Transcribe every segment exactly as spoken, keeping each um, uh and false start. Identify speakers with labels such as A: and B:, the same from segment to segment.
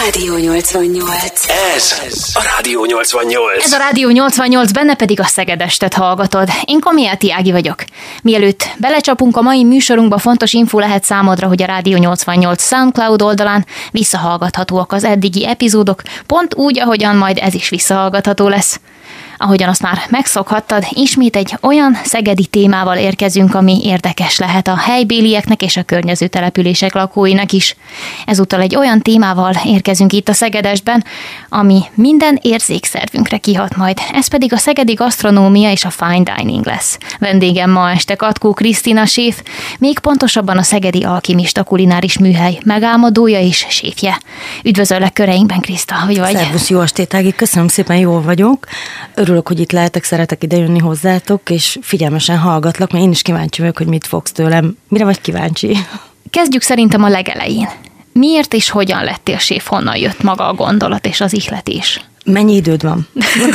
A: Rádió nyolcvannyolc.
B: Ez a Rádió nyolcvannyolc.
C: Ez a Rádió nyolcvannyolc, benne pedig a Szegedestet hallgatod. Én Komiáti Ági vagyok. Mielőtt belecsapunk a mai műsorunkba, fontos info lehet számodra, hogy a Rádió nyolcvannyolc SoundCloud oldalán visszahallgathatóak az eddigi epizódok, pont úgy, ahogyan majd ez is visszahallgatható lesz. Ahogyan azt már megszokhattad, ismét egy olyan szegedi témával érkezünk, ami érdekes lehet a helybélieknek és a környező települések lakóinak is. Ezúttal egy olyan témával érkezünk itt a Szegedesben, ami minden érzékszervünkre kihat majd. Ez pedig a szegedi gasztronómia és a fine dining lesz. Vendégem ma este Katkó Krisztina séf, még pontosabban a Szegedi Alkimista kulináris műhely megálmodója és séfje. Üdvözöllek köreinkben, Kriszta, hogy vagy?
D: Szervusz, jó estét, Ági, köszönöm szépen, jól vagyok. Örülök, hogy itt lehetek, szeretek idejönni hozzátok, és figyelmesen hallgatlak, mert én is kíváncsi vagyok, hogy mit fogsz tőlem. Mire vagy kíváncsi?
C: Kezdjük szerintem a legelején. Miért és hogyan lettél séf, honnan jött maga a gondolat és az ihletés?
D: Mennyi időd van?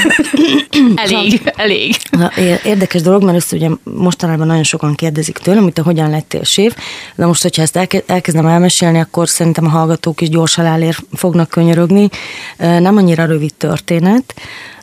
C: elég, elég.
D: Érdekes dolog, mert ezt ugye mostanában nagyon sokan kérdezik tőlem, hogy te hogyan lettél séf, de most, hogyha ezt elkezdem elmesélni, akkor szerintem a hallgatók is gyorsan elér fognak könyörögni. Nem annyira rövid történet,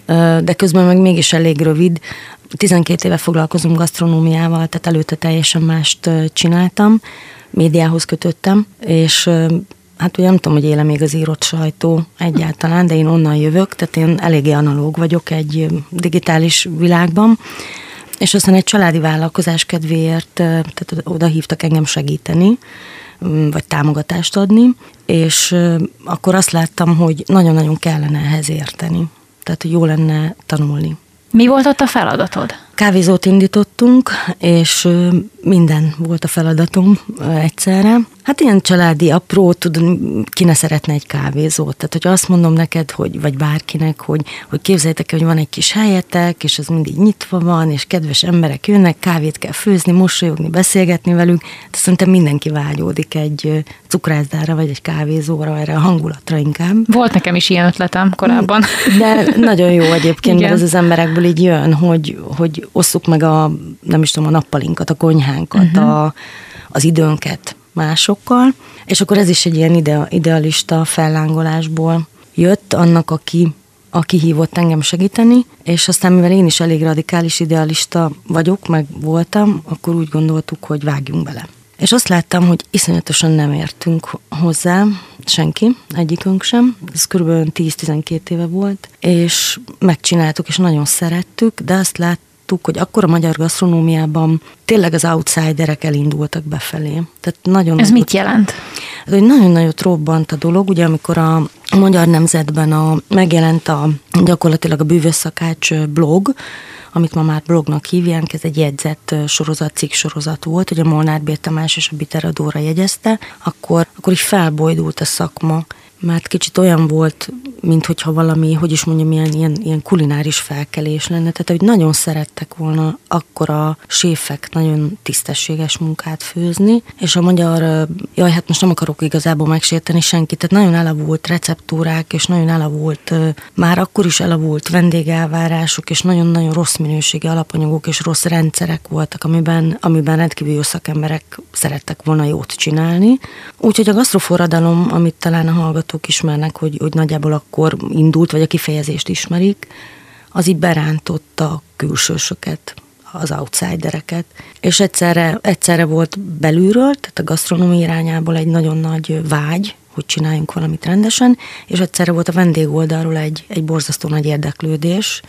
D: de közben meg mégis elég rövid. tizenkét éve foglalkozom gasztronómiával, tehát előtte teljesen mást csináltam, médiához kötöttem, és hát ugye nem tudom, hogy éle még az írott sajtó egyáltalán, de én onnan jövök, tehát én eléggé analóg vagyok egy digitális világban, és aztán egy családi vállalkozás kedvéért, tehát oda hívtak engem segíteni, vagy támogatást adni, és akkor azt láttam, hogy nagyon-nagyon kellene ehhez érteni. Tehát, hogy jó lenne tanulni.
C: Mi volt ott a feladatod?
D: Kávézót indítottunk, és minden volt a feladatom egyszerre. Hát ilyen családi, apró, tudod, ki ne szeretne egy kávézót. Tehát, hogyha azt mondom neked, hogy, vagy bárkinek, hogy, hogy képzeljétek el, hogy van egy kis helyetek, és az mindig nyitva van, és kedves emberek jönnek, kávét kell főzni, mosolyogni, beszélgetni velük, de szerintem mindenki vágyódik egy cukrászdára, vagy egy kávézóra, erre a hangulatra inkább.
C: Volt nekem is ilyen ötletem korábban.
D: De nagyon jó egyébként, mert ez az emberekből így jön, hogy, hogy osszuk meg a, nem is tudom, a nappalinkat, a konyhánkat, uh-huh. a, az időnket másokkal, és akkor ez is egy ilyen ide, idealista fellángolásból jött annak, aki, aki hívott engem segíteni, és aztán mivel én is elég radikális idealista vagyok, meg voltam, akkor úgy gondoltuk, hogy vágjunk bele. És azt láttam, hogy iszonyatosan nem értünk hozzá, senki, egyikünk sem, ez kb. tíz-tizenkét éve volt, és megcsináltuk, és nagyon szerettük, de azt láttuk, hogy akkor a magyar gasztronómiában tényleg az outsiderek elindultak befelé. Tehát nagyon
C: Ez mit jelent?
D: Ez egy nagyon nagyot robbant a dolog, ugye amikor a, a Magyar Nemzetben a, megjelent a, gyakorlatilag a Bűvös Szakács blog, amit ma már blognak hívják, ez egy jegyzett sorozat, cikk sorozat volt, hogy a Molnár B. Tamás és a Biter Dóra jegyezte, akkor, akkor így felbojdult a szakma, mert kicsit olyan volt, mint hogyha valami, hogy is mondjam, ilyen, ilyen, ilyen kulináris felkelés lenne. Tehát, hogy nagyon szerettek volna akkor a séfek nagyon tisztességes munkát főzni, és a magyar, jaj, hát most nem akarok igazából megsérteni senkit, tehát nagyon elavult receptúrák, és nagyon elavult, már akkor is elavult vendégelvárások, és nagyon-nagyon rossz minőségi alapanyagok, és rossz rendszerek voltak, amiben, amiben rendkívül jó szakemberek szerettek volna jót csinálni. Úgyhogy a gasztroforradalom, amit talán a hallgatók ismernek, hogy, hogy nagyjából akkor indult, vagy a kifejezést ismerik, az így berántotta a külsősöket, az outsidereket. És egyszerre, egyszerre volt belülről, tehát a gasztronómia irányából egy nagyon nagy vágy, hogy csináljunk valamit rendesen, és egyszerre volt a vendégoldalról egy, egy borzasztó nagy érdeklődés,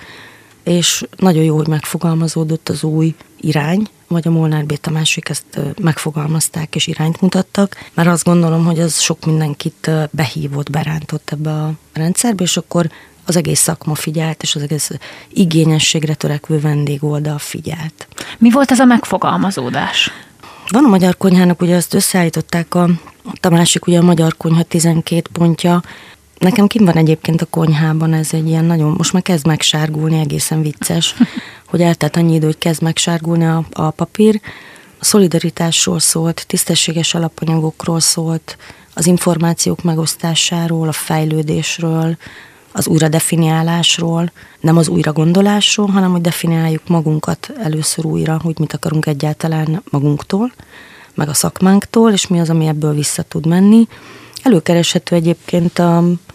D: és nagyon jó, hogy megfogalmazódott az új irány, vagy a Molnár B. Tamásék ezt megfogalmazták és irányt mutattak, mert azt gondolom, hogy az sok mindenkit behívott, berántott ebbe a rendszerbe, és akkor az egész szakma figyelt, és az egész igényességre törekvő vendégoldal figyelt.
C: Mi volt ez a megfogalmazódás?
D: Van a Magyar Konyhának, ugye azt összeállították a, a Tamásik, ugye a Magyar Konyha tizenkét pontja. Nekem kim van egyébként a konyhában, ez egy ilyen nagyon, most már kezd megsárgulni, egészen vicces, hogy eltelt annyi idő, hogy kezd megsárgulni a, a papír. A szolidaritásról szólt, tisztességes alapanyagokról szólt, az információk megosztásáról, a fejlődésről, az újradefiniálásról, nem az újragondolásról, hanem hogy definiáljuk magunkat először újra, hogy mit akarunk egyáltalán magunktól, meg a szakmánktól, és mi az, ami ebből vissza tud menni. Előkereshető egyébként a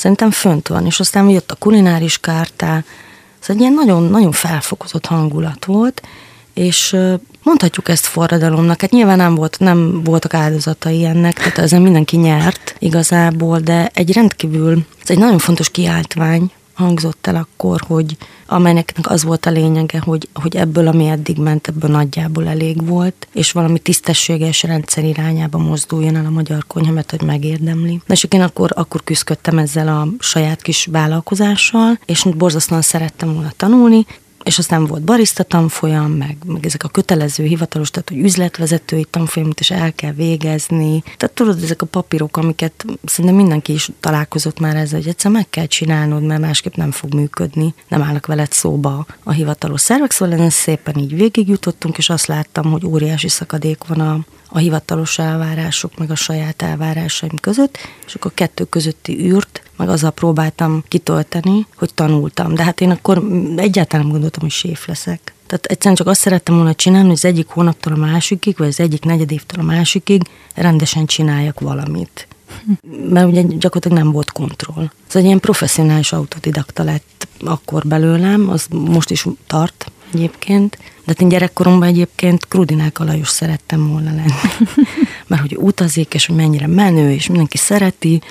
D: Szerintem fönt van, és aztán jött a kulináris kártá, ez egy ilyen nagyon, nagyon felfokozott hangulat volt, és mondhatjuk ezt forradalomnak, hát nyilván nem, volt, nem voltak áldozatai ennek, tehát ezen mindenki nyert igazából, de egy rendkívül, ez egy nagyon fontos kiáltvány hangzott el akkor, hogy amelynek az volt a lényege, hogy, hogy ebből, ami eddig ment, ebből nagyjából elég volt, és valami tisztességes rendszer irányába mozduljon el a magyar konyha, mert hogy megérdemli. Na és én akkor, akkor küzdöttem ezzel a saját kis vállalkozással, és borzasztóan szerettem volna tanulni, és aztán volt barista tanfolyam, meg, meg ezek a kötelező hivatalos, tehát hogy üzletvezetői tanfolyamot is el kell végezni. Tehát tudod, ezek a papírok, amiket szerintem mindenki is találkozott már ezzel, hogy egyszer meg kell csinálnod, mert másképp nem fog működni, nem állnak veled szóba a hivatalos szervek, szóval ezen szépen így végigjutottunk, és azt láttam, hogy óriási szakadék van a, a hivatalos elvárások, meg a saját elvárásaim között, és akkor a kettő közötti űrt meg azzal próbáltam kitölteni, hogy tanultam. De hát én akkor egyáltalán nem gondoltam, hogy séf leszek. Tehát egyszerűen csak azt szerettem volna csinálni, hogy az egyik hónaptól a másikig, vagy az egyik negyedévtől a másikig rendesen csináljak valamit. Mert ugye gyakorlatilag nem volt kontroll. Ez egy ilyen professzionális autodidakta lett akkor belőlem, az most is tart egyébként. De én gyerekkoromban egyébként Krudinák Alajos szerettem volna lenni. Mert hogy utazik, és hogy mennyire menő, és mindenki szereti.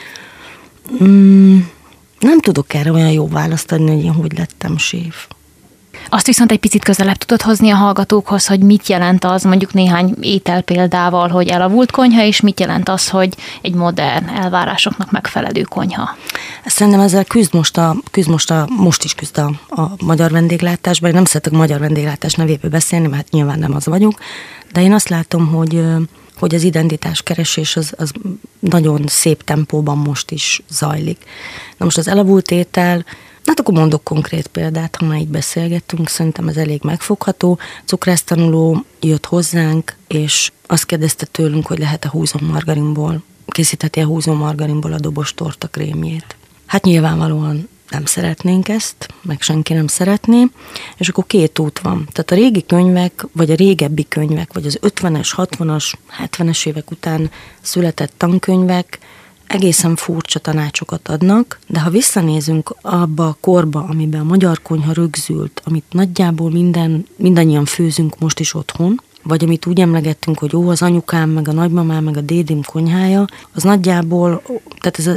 D: Mm, nem tudok erre olyan jó választ adni, hogy én hogy lettem séf.
C: Azt viszont egy picit közelebb tudod hozni a hallgatókhoz, hogy mit jelent az, mondjuk néhány étel példával, hogy elavult konyha, és mit jelent az, hogy egy modern elvárásoknak megfelelő konyha.
D: Szerintem ezzel küzd most, a, küzd most, a, most is küzd a, a magyar vendéglátásban. Én nem szeretek magyar vendéglátás nevéből beszélni, mert hát nyilván nem az vagyok, de én azt látom, hogy hogy az identitáskeresés az, az nagyon szép tempóban most is zajlik. Na most az elavult étel, hát akkor mondok konkrét példát, ha már így beszélgettünk, szerintem ez elég megfogható. Cukrásztanuló jött hozzánk, és azt kérdezte tőlünk, hogy lehet-e húzómargarinból, készítheti-e húzómargarinból a dobos torta krémjét. Hát nyilvánvalóan nem szeretnénk ezt, meg senki nem szeretné, és akkor két út van. Tehát a régi könyvek, vagy a régebbi könyvek, vagy az ötvenes, hatvanas, hetvenes évek után született tankönyvek egészen furcsa tanácsokat adnak, de ha visszanézünk abba a korba, amiben a magyar konyha rögzült, amit nagyjából minden, mindannyian főzünk most is otthon, vagy amit úgy emlegettünk, hogy ó, az anyukám, meg a nagymamám, meg a dédim konyhája, az nagyjából, tehát ez az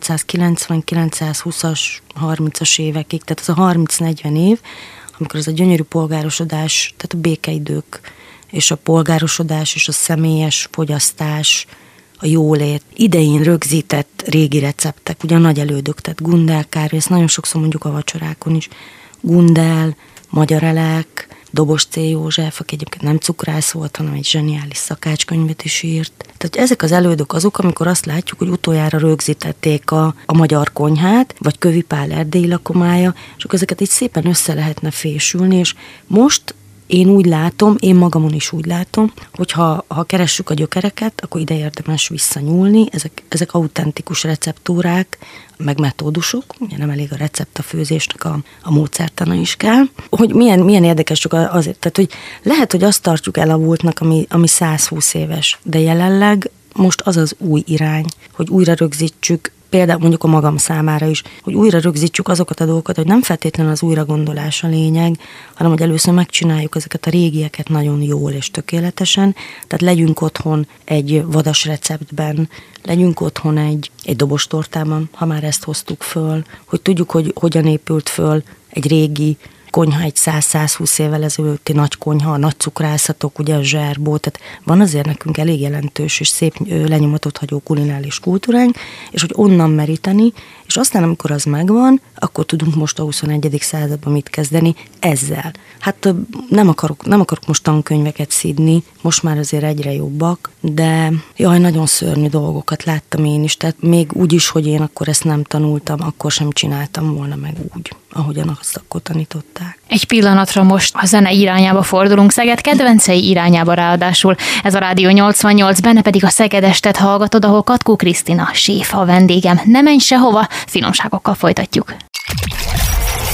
D: ezernyolcszázkilencven-kilencszázhúszas, harmincas évekig, tehát ez a harminc-negyven év, amikor ez a gyönyörű polgárosodás, tehát a békeidők, és a polgárosodás, és a személyes fogyasztás, a jólét idején rögzített régi receptek, ugye a nagy elődök, tehát Gundel kávé, ezt nagyon sokszor mondjuk a vacsorákon is, Gundel, Magyar Elek, Dobos C. József, aki egyébként nem cukrász volt, hanem egy zseniális szakácskönyvet is írt. Tehát ezek az elődök azok, amikor azt látjuk, hogy utoljára rögzítették a, a magyar konyhát, vagy Kövi Pál erdélyi lakomája, és akkor ezeket így szépen össze lehetne fésülni, és most én úgy látom, én magamon is úgy látom, hogy ha, ha keressük a gyökereket, akkor ide érdemes visszanyúlni, ezek, ezek autentikus receptúrák, meg metódusok, ugye nem elég a recept a főzésnek, a, a módszertana is kell. Hogy milyen, milyen érdekes, csak azért, tehát hogy lehet, hogy azt tartjuk elavultnak, ami, ami százhúsz éves, de jelenleg most az az új irány, hogy újra rögzítsük, például mondjuk a magam számára is, hogy újra rögzítsük azokat a dolgokat, hogy nem feltétlenül az újragondolás a lényeg, hanem hogy először megcsináljuk ezeket a régieket nagyon jól és tökéletesen, tehát legyünk otthon egy vadas receptben, legyünk otthon egy, egy dobos tortában, ha már ezt hoztuk föl, hogy tudjuk, hogy hogyan épült föl egy régi konyha, egy száz-százhúsz évvel ezelőtti nagy konyha, a nagy cukrászatok, ugye a zserbó, tehát van azért nekünk elég jelentős és szép lenyomatot hagyó kulináris kultúránk, és hogy onnan meríteni, és aztán amikor az megvan, akkor tudunk most a huszonegyedik században mit kezdeni ezzel. Hát nem akarok, nem akarok most tankönyveket szidni, most már azért egyre jobbak, de jaj, nagyon szörnyű dolgokat láttam én is, tehát még úgy is, hogy én akkor ezt nem tanultam, akkor sem csináltam volna meg úgy, ahogyan azt akkor tanították.
C: Egy pillanatra most a zene irányába fordulunk, Szeged kedvencei irányába ráadásul. Ez a Rádió nyolcvannyolc, benne pedig a Szegedestet hallgatod, ahol Katkó Krisztina, séf a vendégem. Ne menj sehova, finomságokkal folytatjuk.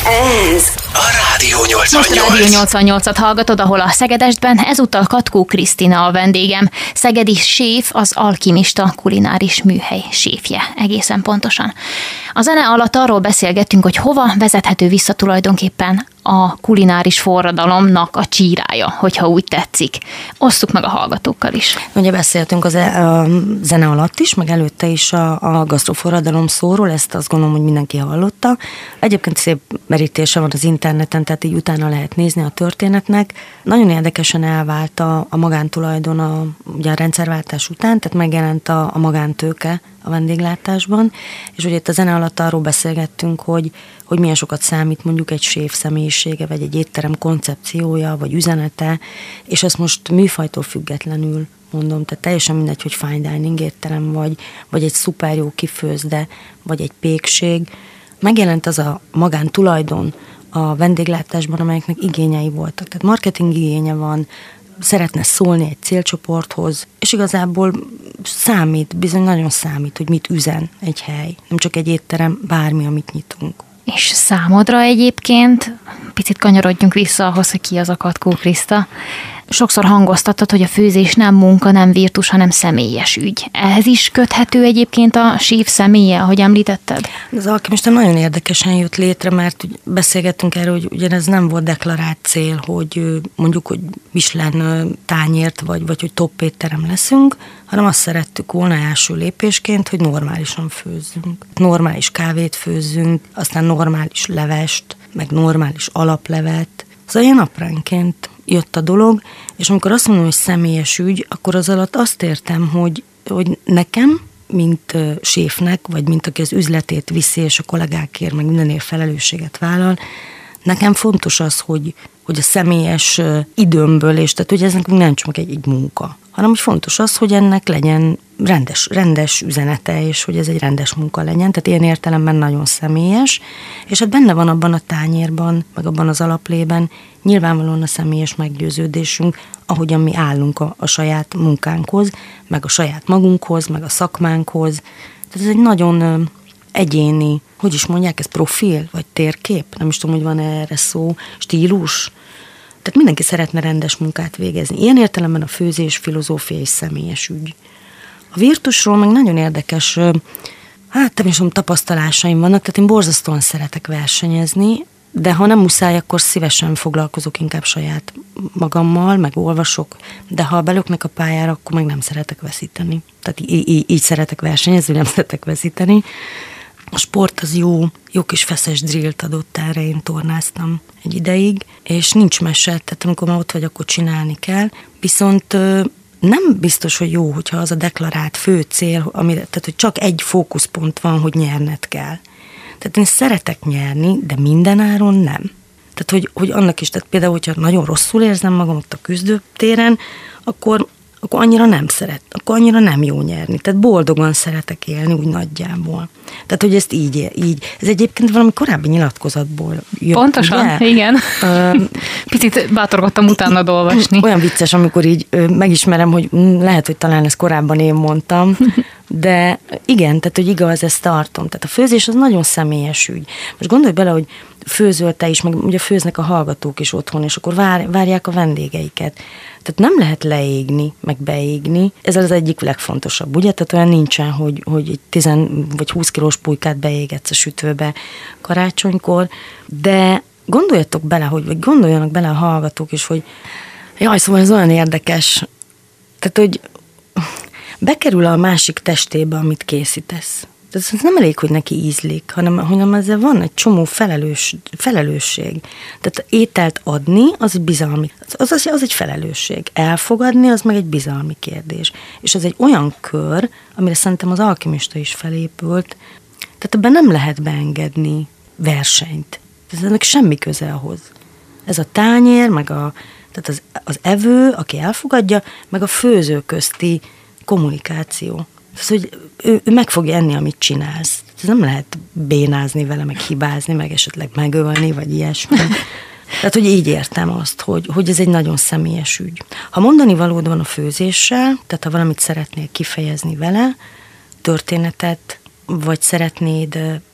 B: Ez a Rádió nyolcvannyolc.
C: Most a Rádió nyolcvannyolcat hallgatod, ahol a Szegedestben ezúttal Katkó Krisztina a vendégem. Szegedi séf, az Alkimista kulináris műhely séfje, egészen pontosan. A zene alatt arról beszélgettünk, hogy hova vezethető vissza tulajdonképpen a kulináris forradalomnak a csírája, hogyha úgy tetszik. Osszuk meg a hallgatókkal is.
D: Ugye beszéltünk az a zene alatt is, meg előtte is a, a gasztroforradalom szóról, ezt azt gondolom, hogy mindenki hallotta. Egyébként szép merítése van az interneten, tehát így utána lehet nézni a történetnek. Nagyon érdekesen elvált a, a magántulajdon a, ugye a rendszerváltás után, tehát megjelent a, a magántőke a vendéglátásban, és ugye itt a zene alatt arról beszélgettünk, hogy, hogy milyen sokat számít mondjuk egy séf személyisége, vagy egy étterem koncepciója, vagy üzenete, és ezt most műfajtól függetlenül mondom, tehát teljesen mindegy, hogy fine dining étterem vagy, vagy egy szuper jó kifőzde, vagy egy pékség. Megjelent az a magántulajdon a vendéglátásban, amelyeknek igényei voltak. Tehát marketing igénye van, szeretne szólni egy célcsoporthoz, és igazából számít, bizony nagyon számít, hogy mit üzen egy hely. Nem csak egy étterem, bármi, amit nyitunk.
C: És számodra egyébként, picit kanyarodjunk vissza ahhoz, hogy ki az a Katkó Kriszta. Sokszor hangoztattad, hogy a főzés nem munka, nem virtus, hanem személyes ügy. Ehhez is köthető egyébként a séf személye, ahogy említetted?
D: Az Alkimista nagyon érdekesen jött létre, mert beszélgettünk erről, hogy ugyanez nem volt deklarált cél, hogy mondjuk, hogy Michelin tányért, vagy, vagy hogy top étterem leszünk, hanem azt szerettük volna első lépésként, hogy normálisan főzzünk. Normális kávét főzzünk, aztán normális levest, meg normális alaplevet. Szóval ilyen apránként jött a dolog, és amikor azt mondom, hogy személyes ügy, akkor az alatt azt értem, hogy, hogy nekem, mint séfnek, vagy mint aki az üzletét viszi, és a kollégákért, meg mindenért felelősséget vállal, nekem fontos az, hogy, hogy a személyes időmből, és tehát hogy ez nekünk nem csak egy, egy munka, hanem hogy fontos az, hogy ennek legyen rendes, rendes üzenete, és hogy ez egy rendes munka legyen, tehát ilyen értelemben nagyon személyes, és hát benne van abban a tányérban, meg abban az alaplében nyilvánvalóan a személyes meggyőződésünk, ahogyan mi állunk a, a saját munkánkhoz, meg a saját magunkhoz, meg a szakmánkhoz. Tehát ez egy nagyon egyéni, hogy is mondják, ez profil, vagy térkép, nem is tudom, hogy van erre szó, stílus. Tehát mindenki szeretne rendes munkát végezni. Ilyen értelemben a főzés filozófia és személyes ügy. A virtusról meg nagyon érdekes, hát nem is tudom, tapasztalásaim vannak, tehát én borzasztóan szeretek versenyezni, de ha nem muszáj, akkor szívesen foglalkozok inkább saját magammal, meg olvasok, de ha belöknek a pályára, akkor meg nem szeretek veszíteni. Tehát így, így, így szeretek versenyezni, nem szeretek veszíteni. A sport az jó, jó kis feszes drillt adott erre, én tornáztam egy ideig, és nincs mese, tehát amikor már ott vagy, akkor csinálni kell. Viszont nem biztos, hogy jó, hogyha az a deklarált fő cél, amire, tehát hogy csak egy fókuszpont van, hogy nyerned kell. Tehát én szeretek nyerni, de mindenáron nem. Tehát, hogy, hogy annak is, tehát például, hogyha nagyon rosszul érzem magam ott a küzdőtéren, akkor, akkor annyira nem szeret, akkor annyira nem jó nyerni. Tehát boldogan szeretek élni, úgy nagyjából. Tehát, hogy ezt így, így. Ez egyébként valami korábbi nyilatkozatból jött.
C: Pontosan, ugye? Igen. Uh, Picit bátorgattam utána olvasni.
D: Olyan vicces, amikor így megismerem, hogy lehet, hogy talán ezt korábban én mondtam, de igen, tehát, hogy igaz, ezt tartom. Tehát a főzés az nagyon személyes ügy. Most gondolj bele, hogy főzöl te is, meg ugye főznek a hallgatók is otthon, és akkor vár, várják a vendégeiket. Tehát nem lehet leégni, meg beégni. Ez az egyik legfontosabb, ugye? Tehát olyan nincsen, hogy, hogy egy tíz vagy húsz kilós pulykát beégetsz a sütőbe karácsonykor, de gondoljatok bele, hogy, vagy gondoljanak bele a hallgatók is, hogy jaj, szóval ez olyan érdekes. Tehát, hogy bekerül a másik testébe, amit készítesz. Tehát ez nem elég, hogy neki ízlik, hanem, hanem ezzel van egy csomó felelős, felelősség. Tehát ételt adni, az egy bizalmi, az, az, az egy felelősség. Elfogadni, az meg egy bizalmi kérdés. És ez egy olyan kör, amire szerintem az Alkimista is felépült, tehát ebben nem lehet beengedni versenyt. Tehát ennek semmi köze ahhoz. Ez a tányér, meg a, tehát az, az evő, aki elfogadja, meg a főző közti kommunikáció. Tehát, hogy ő, ő meg fogja enni, amit csinálsz. Ez nem lehet bénázni vele, meg hibázni, meg esetleg megölni, vagy ilyesmi. Tehát, hogy így értem azt, hogy, hogy ez egy nagyon személyes ügy. Ha mondani valód van a főzéssel, tehát ha valamit szeretnél kifejezni vele, történetet, vagy szeretnéd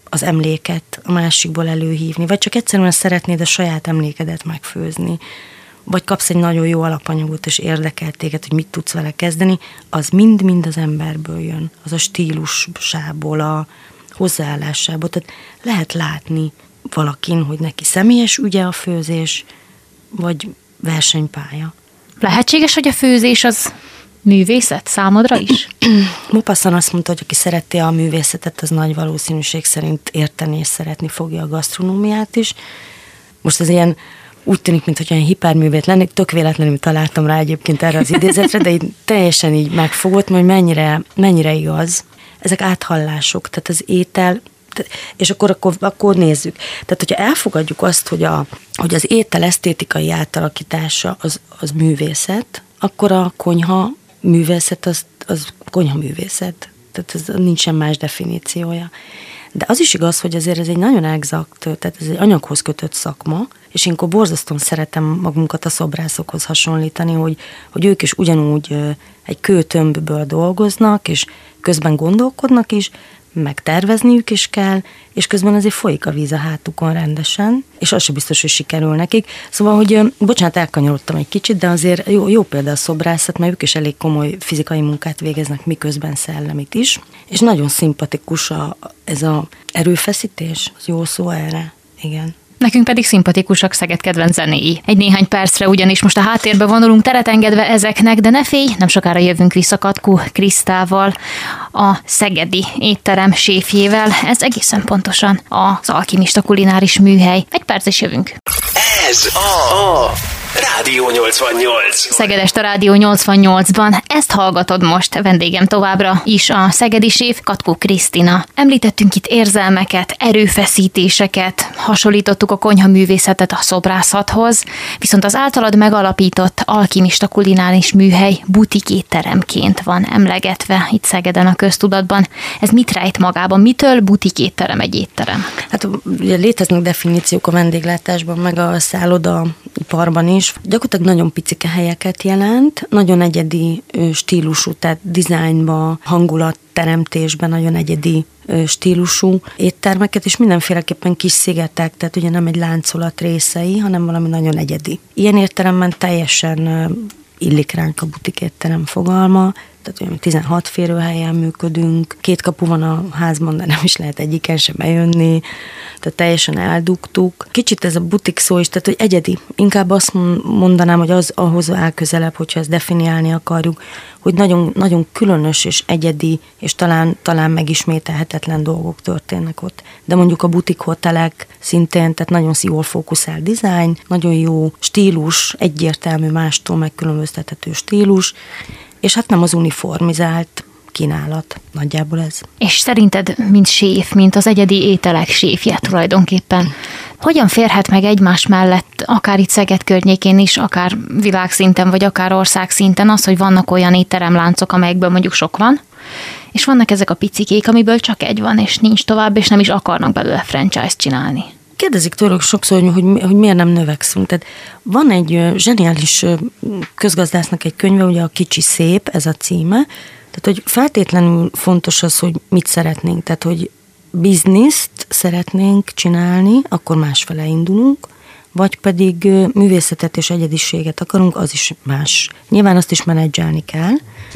D: az emléket a másikból előhívni, vagy csak egyszerűen szeretnéd a saját emlékedet megfőzni, vagy kapsz egy nagyon jó alapanyagot, és érdekel téged, hogy mit tudsz vele kezdeni, az mind-mind az emberből jön, az a stílusából, a hozzáállásából. Tehát lehet látni valakin, hogy neki személyes ügye a főzés, vagy versenypálya.
C: Lehetséges, hogy a főzés az művészet számodra is?
D: Maupassant azt mondta, hogy aki szereti a művészetet, az nagy valószínűség szerint érteni és szeretni fogja a gasztronómiát is. Most ez ilyen úgy tűnik, mintha ilyen hiperművét lennék, tök véletlenül találtam rá egyébként erre az idézetre, de így teljesen így megfogott, hogy mennyire, mennyire igaz. Ezek áthallások, tehát az étel, és akkor, akkor, akkor nézzük. Tehát, hogyha elfogadjuk azt, hogy, a, hogy az étel esztétikai átalakítása az, az művészet, akkor a konyha művészet az, az konyha művészet. Tehát ez nincsen más definíciója. De az is igaz, hogy azért ez egy nagyon exakt, tehát ez egy anyaghoz kötött szakma, és én akkor borzasztóan szeretem magunkat a szobrászokhoz hasonlítani, hogy, hogy ők is ugyanúgy egy kőtömbből dolgoznak, és közben gondolkodnak is, meg tervezniük is kell, és közben azért folyik a víz a hátukon rendesen, és az sem biztos, hogy sikerül nekik. Szóval, hogy bocsánat, elkanyarodtam egy kicsit, de azért jó, jó példa a szobrászat, mert ők is elég komoly fizikai munkát végeznek, miközben szellemit is, és nagyon szimpatikus a, ez az erőfeszítés, az jó szó erre, igen.
C: Nekünk pedig szimpatikusak Szeged kedvenc zenéi. Egy néhány percre ugyanis most a háttérbe vonulunk, teret engedve ezeknek, de ne félj, nem sokára jövünk vissza Katkó Krisztával, a szegedi étterem séfjével. Ez egészen pontosan az Alkimista Kulináris Műhely. Egy perc és jövünk.
B: Ez a, a Rádió nyolcvannyolc.
C: Szegedest a Rádió nyolcvannyolcban. Ezt hallgatod most, vendégem továbbra is a szegedi séf Katkó Krisztina. Említettünk itt érzelmeket, erőfeszítéseket, hasonlítottuk a konyhaművészetet a szobrászathoz, viszont az általad megalapított Alkimista Kulináris Műhely butikétteremként van emlegetve itt Szegeden a köztudatban. Ez mit rejt magában? Mitől butikétterem egy étterem?
D: Hát ugye léteznek definíciók a vendéglátásban, meg a szállodaiparban is. Gyakorlatilag nagyon picike helyeket jelent, nagyon egyedi stílusú, tehát dizájnba, hangulatteremtésben nagyon egyedi stílusú éttermeket, és mindenféleképpen kis szigetek, tehát ugye nem egy láncolat részei, hanem valami nagyon egyedi. Ilyen étteremben teljesen illik ránk a butikétterem fogalma, tehát olyan tizenhat férőhelyen működünk, két kapu van a házban, de nem is lehet egyiken sem bejönni, tehát teljesen eldugtuk. Kicsit ez a butik szó is, tehát hogy egyedi. Inkább azt mondanám, hogy az ahhoz áll közelebb, hogyha ezt definiálni akarjuk, hogy nagyon, nagyon különös és egyedi, és talán, talán megismételhetetlen dolgok történnek ott. De mondjuk a butik hotelek szintén, tehát nagyon jól fókuszál dizájn, nagyon jó stílus, egyértelmű, mástól megkülönböztethető stílus, és hát nem az uniformizált kínálat. Nagyjából ez. És
C: szerinted, mint séf, mint az egyedi ételek séfje tulajdonképpen, hogyan férhet meg egymás mellett, akár itt Szeged környékén is, akár világszinten, vagy akár országszinten az, hogy vannak olyan étteremláncok, amelyekből mondjuk sok van, és vannak ezek a picikék, amiből csak egy van, és nincs tovább, és nem is akarnak belőle franchise-t csinálni.
D: Kérdezik tőlük sokszor, hogy, hogy, hogy miért nem növekszünk. Tehát van egy zseniális közgazdásznak egy könyve, ugye a Kicsi szép, ez a címe, tehát hogy feltétlenül fontos az, hogy mit szeretnénk, tehát hogy bizniszt szeretnénk csinálni, akkor másfele indulunk, vagy pedig művészetet és egyediséget akarunk, az is más. Nyilván azt is menedzselni kell,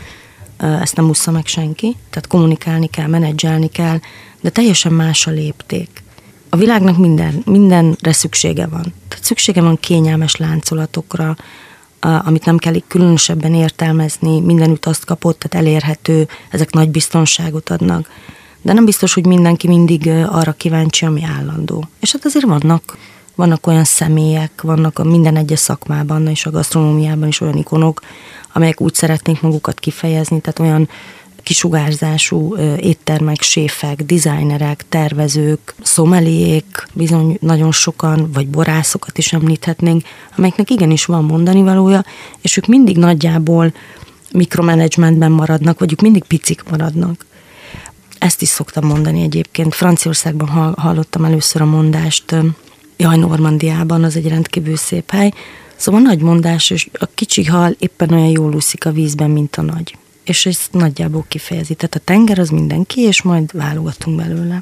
D: ezt nem ússza meg senki, tehát kommunikálni kell, menedzselni kell, de teljesen más a lépték. A világnak minden, mindenre szüksége van. Tehát szüksége van kényelmes láncolatokra, amit nem kell különösebben értelmezni, mindenütt azt kapott, tehát elérhető, ezek nagy biztonságot adnak. De nem biztos, hogy mindenki mindig arra kíváncsi, ami állandó. És hát azért vannak, vannak olyan személyek, vannak a minden egyes szakmában és a gasztronómiában is olyan ikonok, amelyek úgy szeretnék magukat kifejezni, tehát olyan kisugárzású éttermek, séfek, designerek, tervezők, szomeliék, bizony nagyon sokan, vagy borászokat is említhetnénk, amelyeknek igenis van mondani valója, és ők mindig nagyjából mikromanagementben maradnak, vagy ők mindig picik maradnak. Ezt is szoktam mondani egyébként. Franciaországban hallottam először a mondást, jaj, Normandiában, az egy rendkívül szép hely. Szóval nagy mondás, és a kicsi hal éppen olyan jól úszik a vízben, mint a nagy. És ez nagyjából kifejezi. Tehát a tenger az mindenki, és majd válogatunk belőle.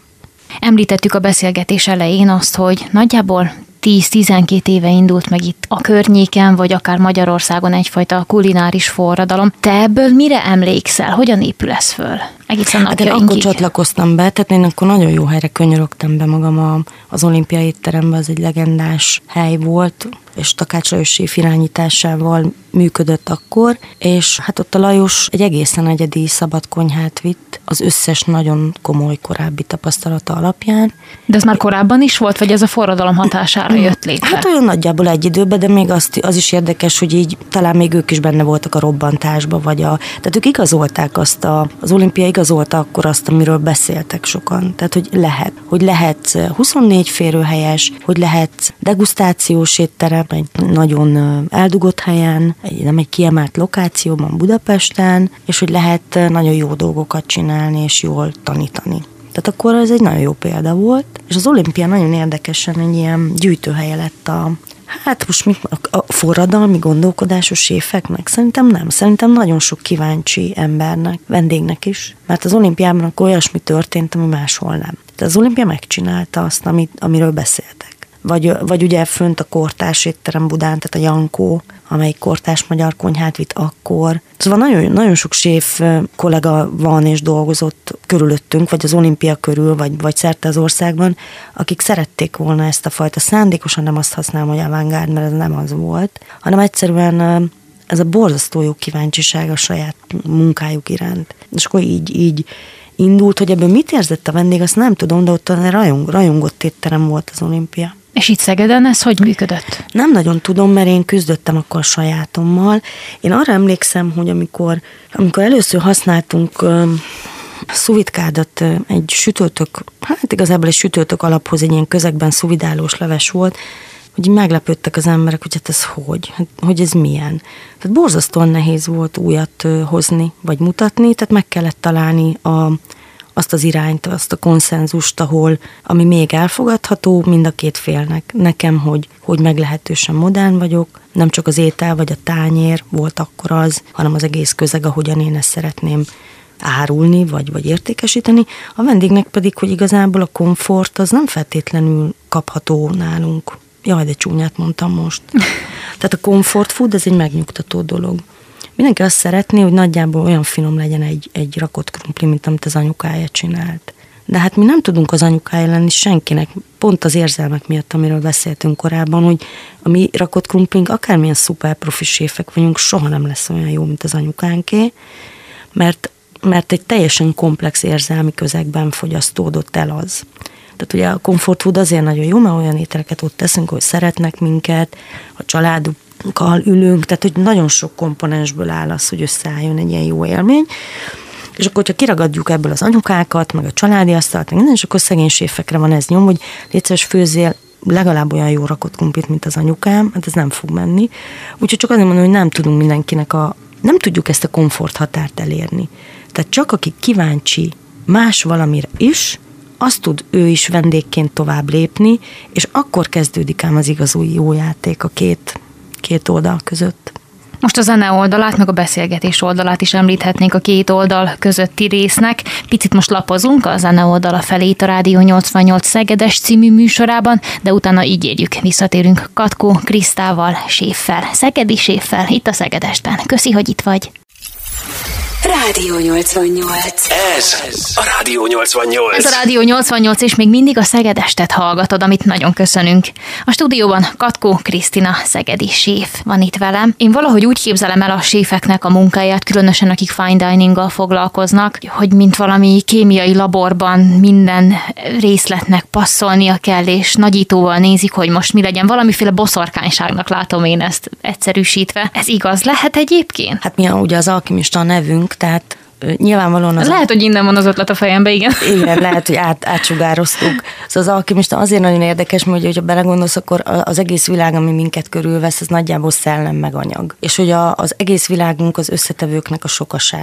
C: Említettük a beszélgetés elején azt, hogy nagyjából tíz-tizenkét éve indult meg itt a környéken, vagy akár Magyarországon egyfajta kulináris forradalom. Te ebből mire emlékszel? Hogyan épül ez föl? Egészen
D: hát én akkor csatlakoztam be, tehát én akkor nagyon jó helyre könyörögtem be magam a, az olimpiai étterembe, az egy legendás hely volt, és Takács Lajos séf irányításával működött akkor, és hát ott a Lajos egy egészen egyedi szabad konyhát vitt az összes nagyon komoly korábbi tapasztalata alapján.
C: De ez már korábban is volt, vagy ez a forradalom hatására jött létre?
D: Hát olyan nagyjából egy időben, de még azt, az is érdekes, hogy így talán még ők is benne voltak a robbantásba, vagy a, tehát ők igazolták azt, a, az olimpia igazolta akkor azt, amiről beszéltek sokan. Tehát, hogy lehet, hogy lehet huszonnégy férőhelyes, hogy lehet degustációs étterem, egy nagyon eldugott helyen, egy, nem egy kiemelt lokációban Budapesten, és hogy lehet nagyon jó dolgokat csinálni, és jól tanítani. Tehát akkor ez egy nagyon jó példa volt, és az olimpia nagyon érdekesen egy ilyen gyűjtőhelye lett a, hát most mi, a forradalmi gondolkodásos séfeknek? Szerintem nem. Szerintem nagyon sok kíváncsi embernek, vendégnek is, mert az olimpiában akkor olyasmi történt, ami máshol nem. Tehát az olimpia megcsinálta azt, amit, amiről beszéltek. Vagy, vagy ugye fönt a kortárs étterem Budán, tehát a Jankó, amelyik kortárs magyar konyhát vitt akkor. Szóval nagyon, nagyon sok séf kollega van és dolgozott körülöttünk, vagy az olimpia körül, vagy, vagy szerte az országban, akik szerették volna ezt a fajta, szándékosan nem azt használom, hogy avantgárd, mert ez nem az volt, hanem egyszerűen ez a borzasztó jó kíváncsiság a saját munkájuk iránt. És akkor így, így indult, hogy ebből mit érzett a vendég, azt nem tudom, de ott a rajong, rajongott étterem volt az olimpia.
C: És itt Szegeden ez hogy működött?
D: Nem nagyon tudom, mert én küzdöttem akkor sajátommal. Én arra emlékszem, hogy amikor, amikor először használtunk uh, szuvidkádat, uh, egy sütőtök, hát igazából egy sütőtök alaphoz egy ilyen közegben szuvidálós leves volt, hogy így meglepődtek az emberek, hogy hát ez hogy, hát, hogy ez milyen. Tehát borzasztóan nehéz volt újat uh, hozni, vagy mutatni, tehát meg kellett találni a azt az irányt, azt a konszenzust, ahol, ami még elfogadható mind a két félnek. Nekem, hogy, hogy meglehetősen modern vagyok, nem csak az étel vagy a tányér volt akkor az, hanem az egész közeg, ahogyan én ezt szeretném árulni, vagy, vagy értékesíteni. A vendégnek pedig, hogy igazából a komfort az nem feltétlenül kapható nálunk. Jaj, de csúnyát mondtam most. Tehát a comfort food, ez egy megnyugtató dolog. Mindenki azt szeretné, hogy nagyjából olyan finom legyen egy, egy rakott krumpli, mint amit az anyukája csinált. De hát mi nem tudunk az anyukája lenni senkinek, pont az érzelmek miatt, amiről beszéltünk korábban, hogy a mi rakott krumplink, akármilyen szuper profi séfek vagyunk, soha nem lesz olyan jó, mint az anyukánké, mert, mert egy teljesen komplex érzelmi közegben fogyasztódott el az. Tehát ugye a comfort food azért nagyon jó, mert olyan ételeket ott teszünk, hogy szeretnek minket, a családuk, ülünk, tehát hogy nagyon sok komponensből áll az, hogy összeálljon egy ilyen jó élmény. És akkor, hogyha kiragadjuk ebből az anyukákat, meg a családi asztalt, meg és akkor szegény séfekre van ez nyom, hogy légy szíves, főzzél legalább olyan jó rakott krumplit, mint az anyukám, hát ez nem fog menni. Úgyhogy csak azért mondom, hogy nem tudunk mindenkinek a, nem tudjuk ezt a komfort határt elérni. Tehát csak aki kíváncsi más valamire is, azt tud ő is vendégként tovább lépni, és akkor kezdődik ám az igazúj jó játék a két két oldal között.
C: Most a zene oldalát, meg a beszélgetés oldalát is említhetnénk a két oldal közötti résznek. Picit most lapozunk a zene oldala felé itt a Rádió nyolcvannyolc Szegedes című műsorában, de utána így érjük, visszatérünk Katkó Krisztával, séffel, szegedi séffel, itt a Szegedesben. Köszi, hogy itt vagy.
B: Rádió nyolcvannyolc. Ez a Rádió nyolcvannyolc.
C: Ez a Rádió nyolcvannyolc, és még mindig a Szegedestet hallgatod, amit nagyon köszönünk. A stúdióban Katkó Krisztina, szegedi séf van itt velem. Én valahogy úgy képzelem el a séfeknek a munkáját, különösen akik fine dininggal foglalkoznak, hogy mint valami kémiai laborban minden részletnek passzolnia kell, és nagyítóval nézik, hogy most mi legyen. Valamiféle boszorkányságnak látom én ezt egyszerűsítve. Ez igaz lehet egyébként?
D: Hát mi a, ugye az alkimista a nevünk, tehát nyilvánvalóan az...
C: Lehet, a... hogy innen van az ötlet a fejembe, igen.
D: Igen, lehet, hogy át, átsugároztuk. Szóval az alkimista azért nagyon érdekes, mert hogyha belegondolsz, akkor az egész világ, ami minket körülvesz, az nagyjából szellem meg anyag. És hogy a, az egész világunk az összetevőknek a sokasága.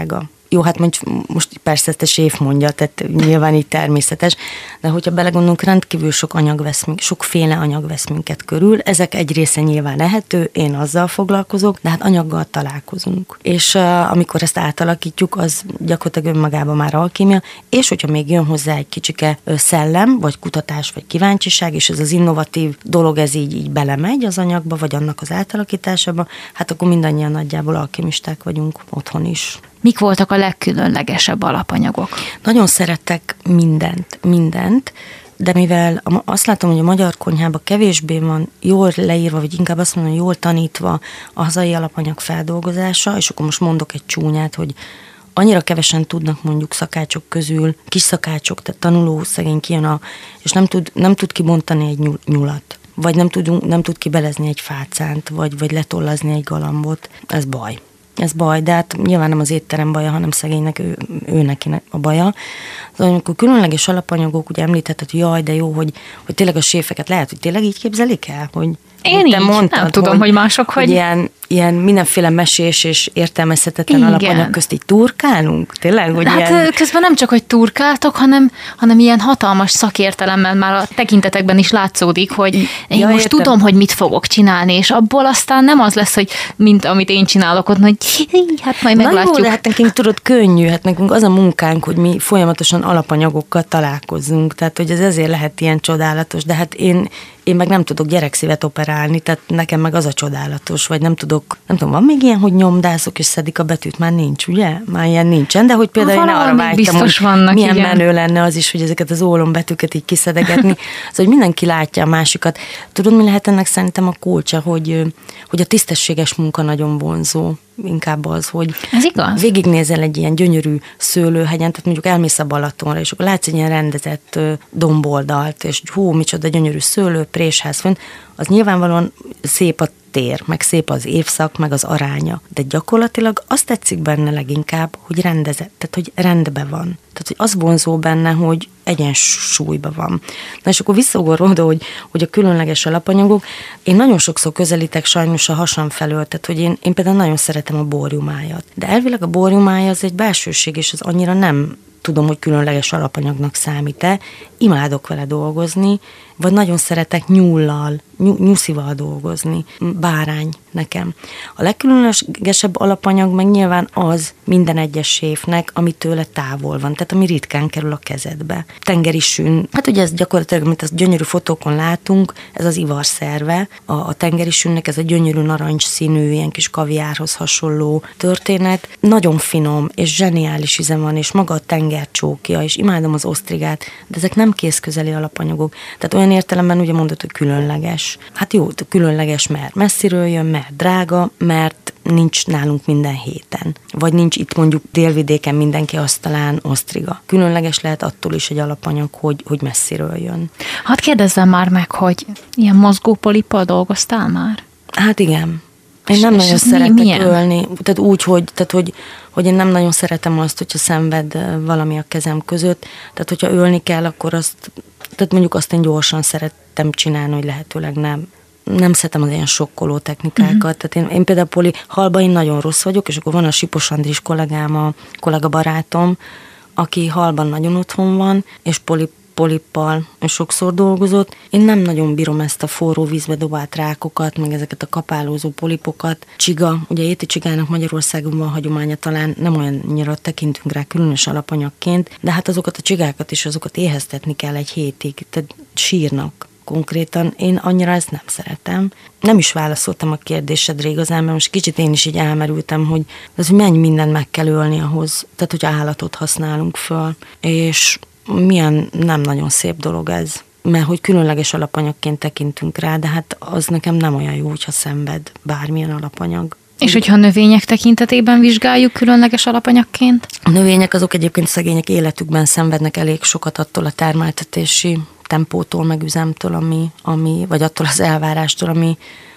D: jó, hát mondjuk, most persze ezt a séf mondja, tehát nyilván így természetes, de hogyha belegondolunk, rendkívül sok anyag vesz, sokféle anyag vesz minket körül, ezek egy része nyilván ehető, én azzal foglalkozok, de hát anyaggal találkozunk. És uh, amikor ezt átalakítjuk, az gyakorlatilag önmagában már alkémia, és hogyha még jön hozzá egy kicsike szellem, vagy kutatás, vagy kíváncsiság, és ez az innovatív dolog, ez így, így belemegy az anyagba, vagy annak az átalakításába, hát akkor mindannyian nagyjából alkémisták vagyunk otthon is.
C: Mik voltak a legkülönlegesebb alapanyagok?
D: Nagyon szerettek mindent, mindent, de mivel azt látom, hogy a magyar konyhában kevésbé van jól leírva, vagy inkább azt mondom, jól tanítva a hazai alapanyag feldolgozása, és akkor most mondok egy csúnyát, hogy annyira kevesen tudnak mondjuk szakácsok közül, kis szakácsok, tehát tanuló szegény kijön, a, és nem tud, nem tud kibontani egy nyulat, vagy nem, tudunk, nem tud kibelezni egy fácánt, vagy, vagy letollazni egy galambot. Ez baj. Ez baj, de hát nyilván nem az étterem baja, hanem szegénynek, ő, ő neki a baja. Szóval amikor különleges alapanyagok, ugye említetted, hogy jaj, de jó, hogy, hogy tényleg a séfeket lehet, hogy tényleg így képzelik el, hogy
C: én
D: te
C: így, mondtad, nem tudom, hogy, hogy mások, hogy...
D: hogy ilyen, ilyen mindenféle mesés és értelmezhetetlen igen. alapanyag közt így turkálunk? Tényleg? Hogy
C: hát
D: ilyen...
C: közben nem csak, hogy turkáltok, hanem, hanem ilyen hatalmas szakértelemmel már a tekintetekben is látszódik, hogy én ja, most értem. tudom, hogy mit fogok csinálni, és abból aztán nem az lesz, hogy mint amit én csinálok ott, hogy hát majd meglátjuk.
D: Na jó, de hát nekünk tudod könnyű, hát nekünk az a munkánk, hogy mi folyamatosan alapanyagokkal találkozzunk, tehát hogy ez ezért lehet ilyen csodálatos, de hát én Én meg nem tudok gyerekszívet operálni, tehát nekem meg az a csodálatos, vagy nem tudok, nem tudom, van még ilyen, hogy nyomdászok és szedik a betűt, már nincs, ugye? Már ilyen nincsen, de hogy például én arra vágytam, hogy vannak, milyen igen. menő lenne az is, hogy ezeket az ólombetűket így kiszedegetni. Szóval, hogy mindenki látja a másikat. Tudod, mi lehet ennek szerintem a kulcsa, hogy, hogy a tisztességes munka nagyon vonzó. Inkább az, hogy
C: ez igaz?
D: Végignézel egy ilyen gyönyörű szőlőhegyen, tehát mondjuk elmész a Balatonra, és akkor látsz egy ilyen rendezett domboldalt, és hú, micsoda gyönyörű szőlő, présház fönt, az nyilvánvalóan szép a tér, meg szép az évszak, meg az aránya, de gyakorlatilag azt tetszik benne leginkább, hogy rendezett, tehát hogy rendben van. Tehát, hogy az vonzó benne, hogy egyensúlyban van. Na és akkor visszaugor oda, hogy, hogy a különleges alapanyagok, én nagyon sokszor közelítek sajnos a hasam felől, tehát hogy én, én például nagyon szeretem a borjumájat. De elvileg a borjumája az egy belsőség, és az annyira nem tudom, hogy különleges alapanyagnak számít-e, imádok vele dolgozni, vagy nagyon szeretek nyúllal, nyuszival dolgozni, bárány nekem. A legkülönlegesebb alapanyag meg nyilván az minden egyes séfnek, ami tőle távol van, tehát ami ritkán kerül a kezedbe. Tengeri sün, hát ugye ez gyakorlatilag, amit az gyönyörű fotókon látunk, ez az ivarszerve, a, a tengeri sünnek ez a gyönyörű narancsszínű, ilyen kis kaviárhoz hasonló történet. Nagyon finom, és zseniális íze van, és maga a tengercsókja, és imádom az osztrigát, de ezek nem kézközeli alapanyagok. Tehát olyan értelemben ugye mondod, hogy különleges. Hát jó, különleges, mert messziről jön, mert drága, mert nincs nálunk minden héten. Vagy nincs itt mondjuk délvidéken mindenki asztalán osztriga. Különleges lehet attól is egy alapanyag, hogy, hogy messziről jön.
C: Hadd kérdezzem már meg, hogy ilyen mozgópolippal dolgoztál már?
D: Hát igen. Én nem és nagyon szeretek milyen? ölni. Tehát úgy, hogy, tehát, hogy, hogy én nem nagyon szeretem azt, hogyha szenved valami a kezem között. Tehát, hogyha ölni kell, akkor azt, tehát mondjuk azt én gyorsan szerettem csinálni, hogy lehetőleg nem. Nem szeretem az ilyen sokkoló technikákat. Uh-huh. Tehát én, én például poli, halba én nagyon rossz vagyok, és akkor van a Sipos Andris kollégám, a kollega barátom, aki halban nagyon otthon van, és poli polippal sokszor dolgozott. Én nem nagyon bírom ezt a forró vízbe dobált rákokat, meg ezeket a kapálózó polipokat. Csiga, ugye éti csigának Magyarországon van hagyománya, talán nem olyannyira tekintünk rá különös alapanyagként, de hát azokat a csigákat is, azokat éheztetni kell egy hétig, tehát sírnak. Konkrétan én annyira ezt nem szeretem. Nem is válaszoltam a kérdésedre igazán, mert most kicsit én is így elmerültem, hogy az, hogy mennyi mindent meg kell ölni ahhoz, tehát hogy állatot használunk föl, és milyen nem nagyon szép dolog ez, mert hogy különleges alapanyagként tekintünk rá, de hát az nekem nem olyan jó, hogyha szenved bármilyen alapanyag.
C: És hogyha a növények tekintetében vizsgáljuk különleges alapanyagként?
D: A növények azok egyébként szegények életükben szenvednek elég sokat attól a termeltetési tempótól, meg üzemtől, ami, ami, vagy attól az elvárástól, ami,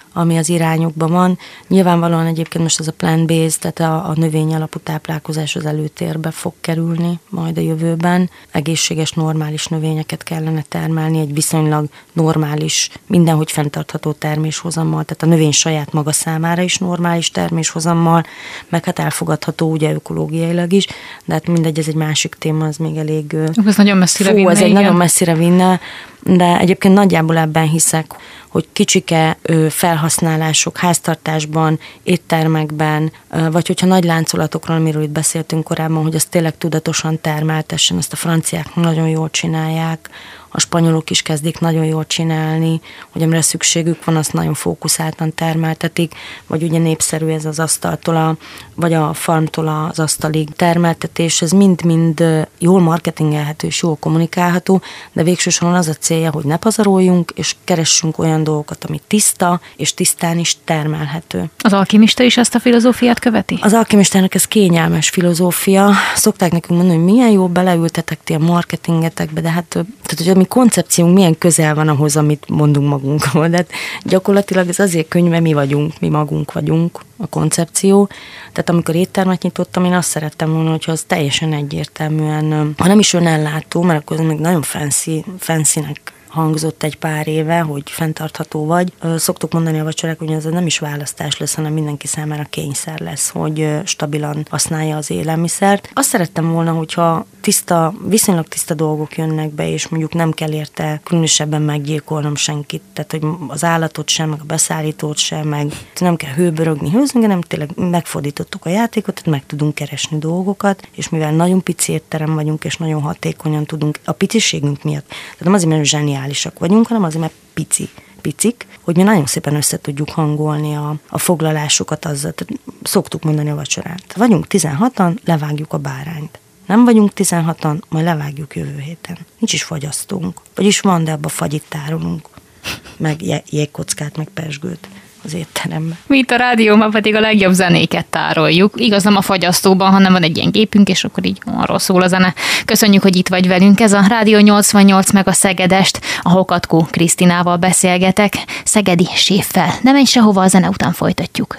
D: ami az irányukban van. Nyilvánvalóan egyébként most ez a plant-based, tehát a, a növény alapú táplálkozás az előtérbe fog kerülni majd a jövőben. Egészséges, normális növényeket kellene termelni, egy viszonylag normális, mindenhogy fenntartható terméshozammal, tehát a növény saját maga számára is normális terméshozammal, meg hát elfogadható ugye ökológiailag is, de hát mindegy, ez egy másik téma, az még elég...
C: Ez nagyon messzire
D: fú,
C: vinne,
D: ez egy
C: igen.
D: nagyon messzire vinne, de egyébként nagyjából ebben hiszek, hogy kicsike felhasználások háztartásban, éttermekben, vagy hogyha nagy láncolatokról, amiről itt beszéltünk korábban, hogy azt tényleg tudatosan termeltessen, ezt a franciák nagyon jól csinálják, a spanyolok is kezdik nagyon jól csinálni, hogy amire szükségük van, azt nagyon fókuszáltan termeltetik, vagy ugye népszerű ez az asztaltól, a, vagy a farmtól az asztalig termeltetés, ez mind-mind jól marketingelhető és jól kommunikálható, de végső soron az a célja, hogy ne pazaroljunk, és keressünk olyan dolgokat, ami tiszta, és tisztán is termelhető.
C: Az alkimista is ezt a filozófiát követi?
D: Az alkimistának ez kényelmes filozófia. Szokták nekünk mondani, hogy milyen jó beleültetek ti a marketingetekbe, de hát tehát, hogy a mi koncepciónk milyen közel van ahhoz, amit mondunk magunkról. De hát gyakorlatilag ez azért könnyű, mert mi vagyunk, mi magunk vagyunk, a koncepció. Tehát amikor éttermet nyitottam, én azt szerettem volna, hogyha az teljesen egyértelműen, ha nem is önellátó, mert akkor még nagyon fancy, fancynek hangzott egy pár éve, hogy fenntartható vagy. Szoktuk mondani a vacsorák, hogy ez nem is választás lesz, hanem mindenki számára kényszer lesz, hogy stabilan használja az élelmiszert. Azt szerettem volna, hogyha tiszta, viszonylag tiszta dolgok jönnek be, és mondjuk nem kell érte különösebben meggyilkolnom senkit, tehát hogy az állatot sem, meg a beszállítót sem, meg nem kell hőbörögni, hőzni, hanem tényleg megfordítottuk a játékot, tehát meg tudunk keresni dolgokat, és mivel nagyon pici étterem vagyunk, és nagyon hatékonyan tudunk a piciségünk miatt, tehát nem azért, mert zseniálisak vagyunk, hanem azért, mert pici. picik, hogy mi nagyon szépen össze tudjuk hangolni a, a foglalásokat azzal. Tehát szoktuk mondani a vacsorát. Vagyunk tizenhatan, levágjuk a bárányt. Nem vagyunk tizenhatan, majd levágjuk jövő héten. Nincs is fagyasztónk. Vagyis van, de abba fagyit tárolunk. Meg jégkockát, meg pezsgőt az étteremben.
C: Mi itt a rádióban pedig a legjobb zenéket tároljuk. Igaz, nem a fagyasztóban, hanem van egy ilyen gépünk, és akkor így arról szól a zene. Köszönjük, hogy itt vagy velünk. Ez a Rádió nyolcvannyolc meg a Szegedest, ahol Katkó Krisztinával beszélgetek. Szegedi séffel. Ne menj sehova, a zene után folytatjuk.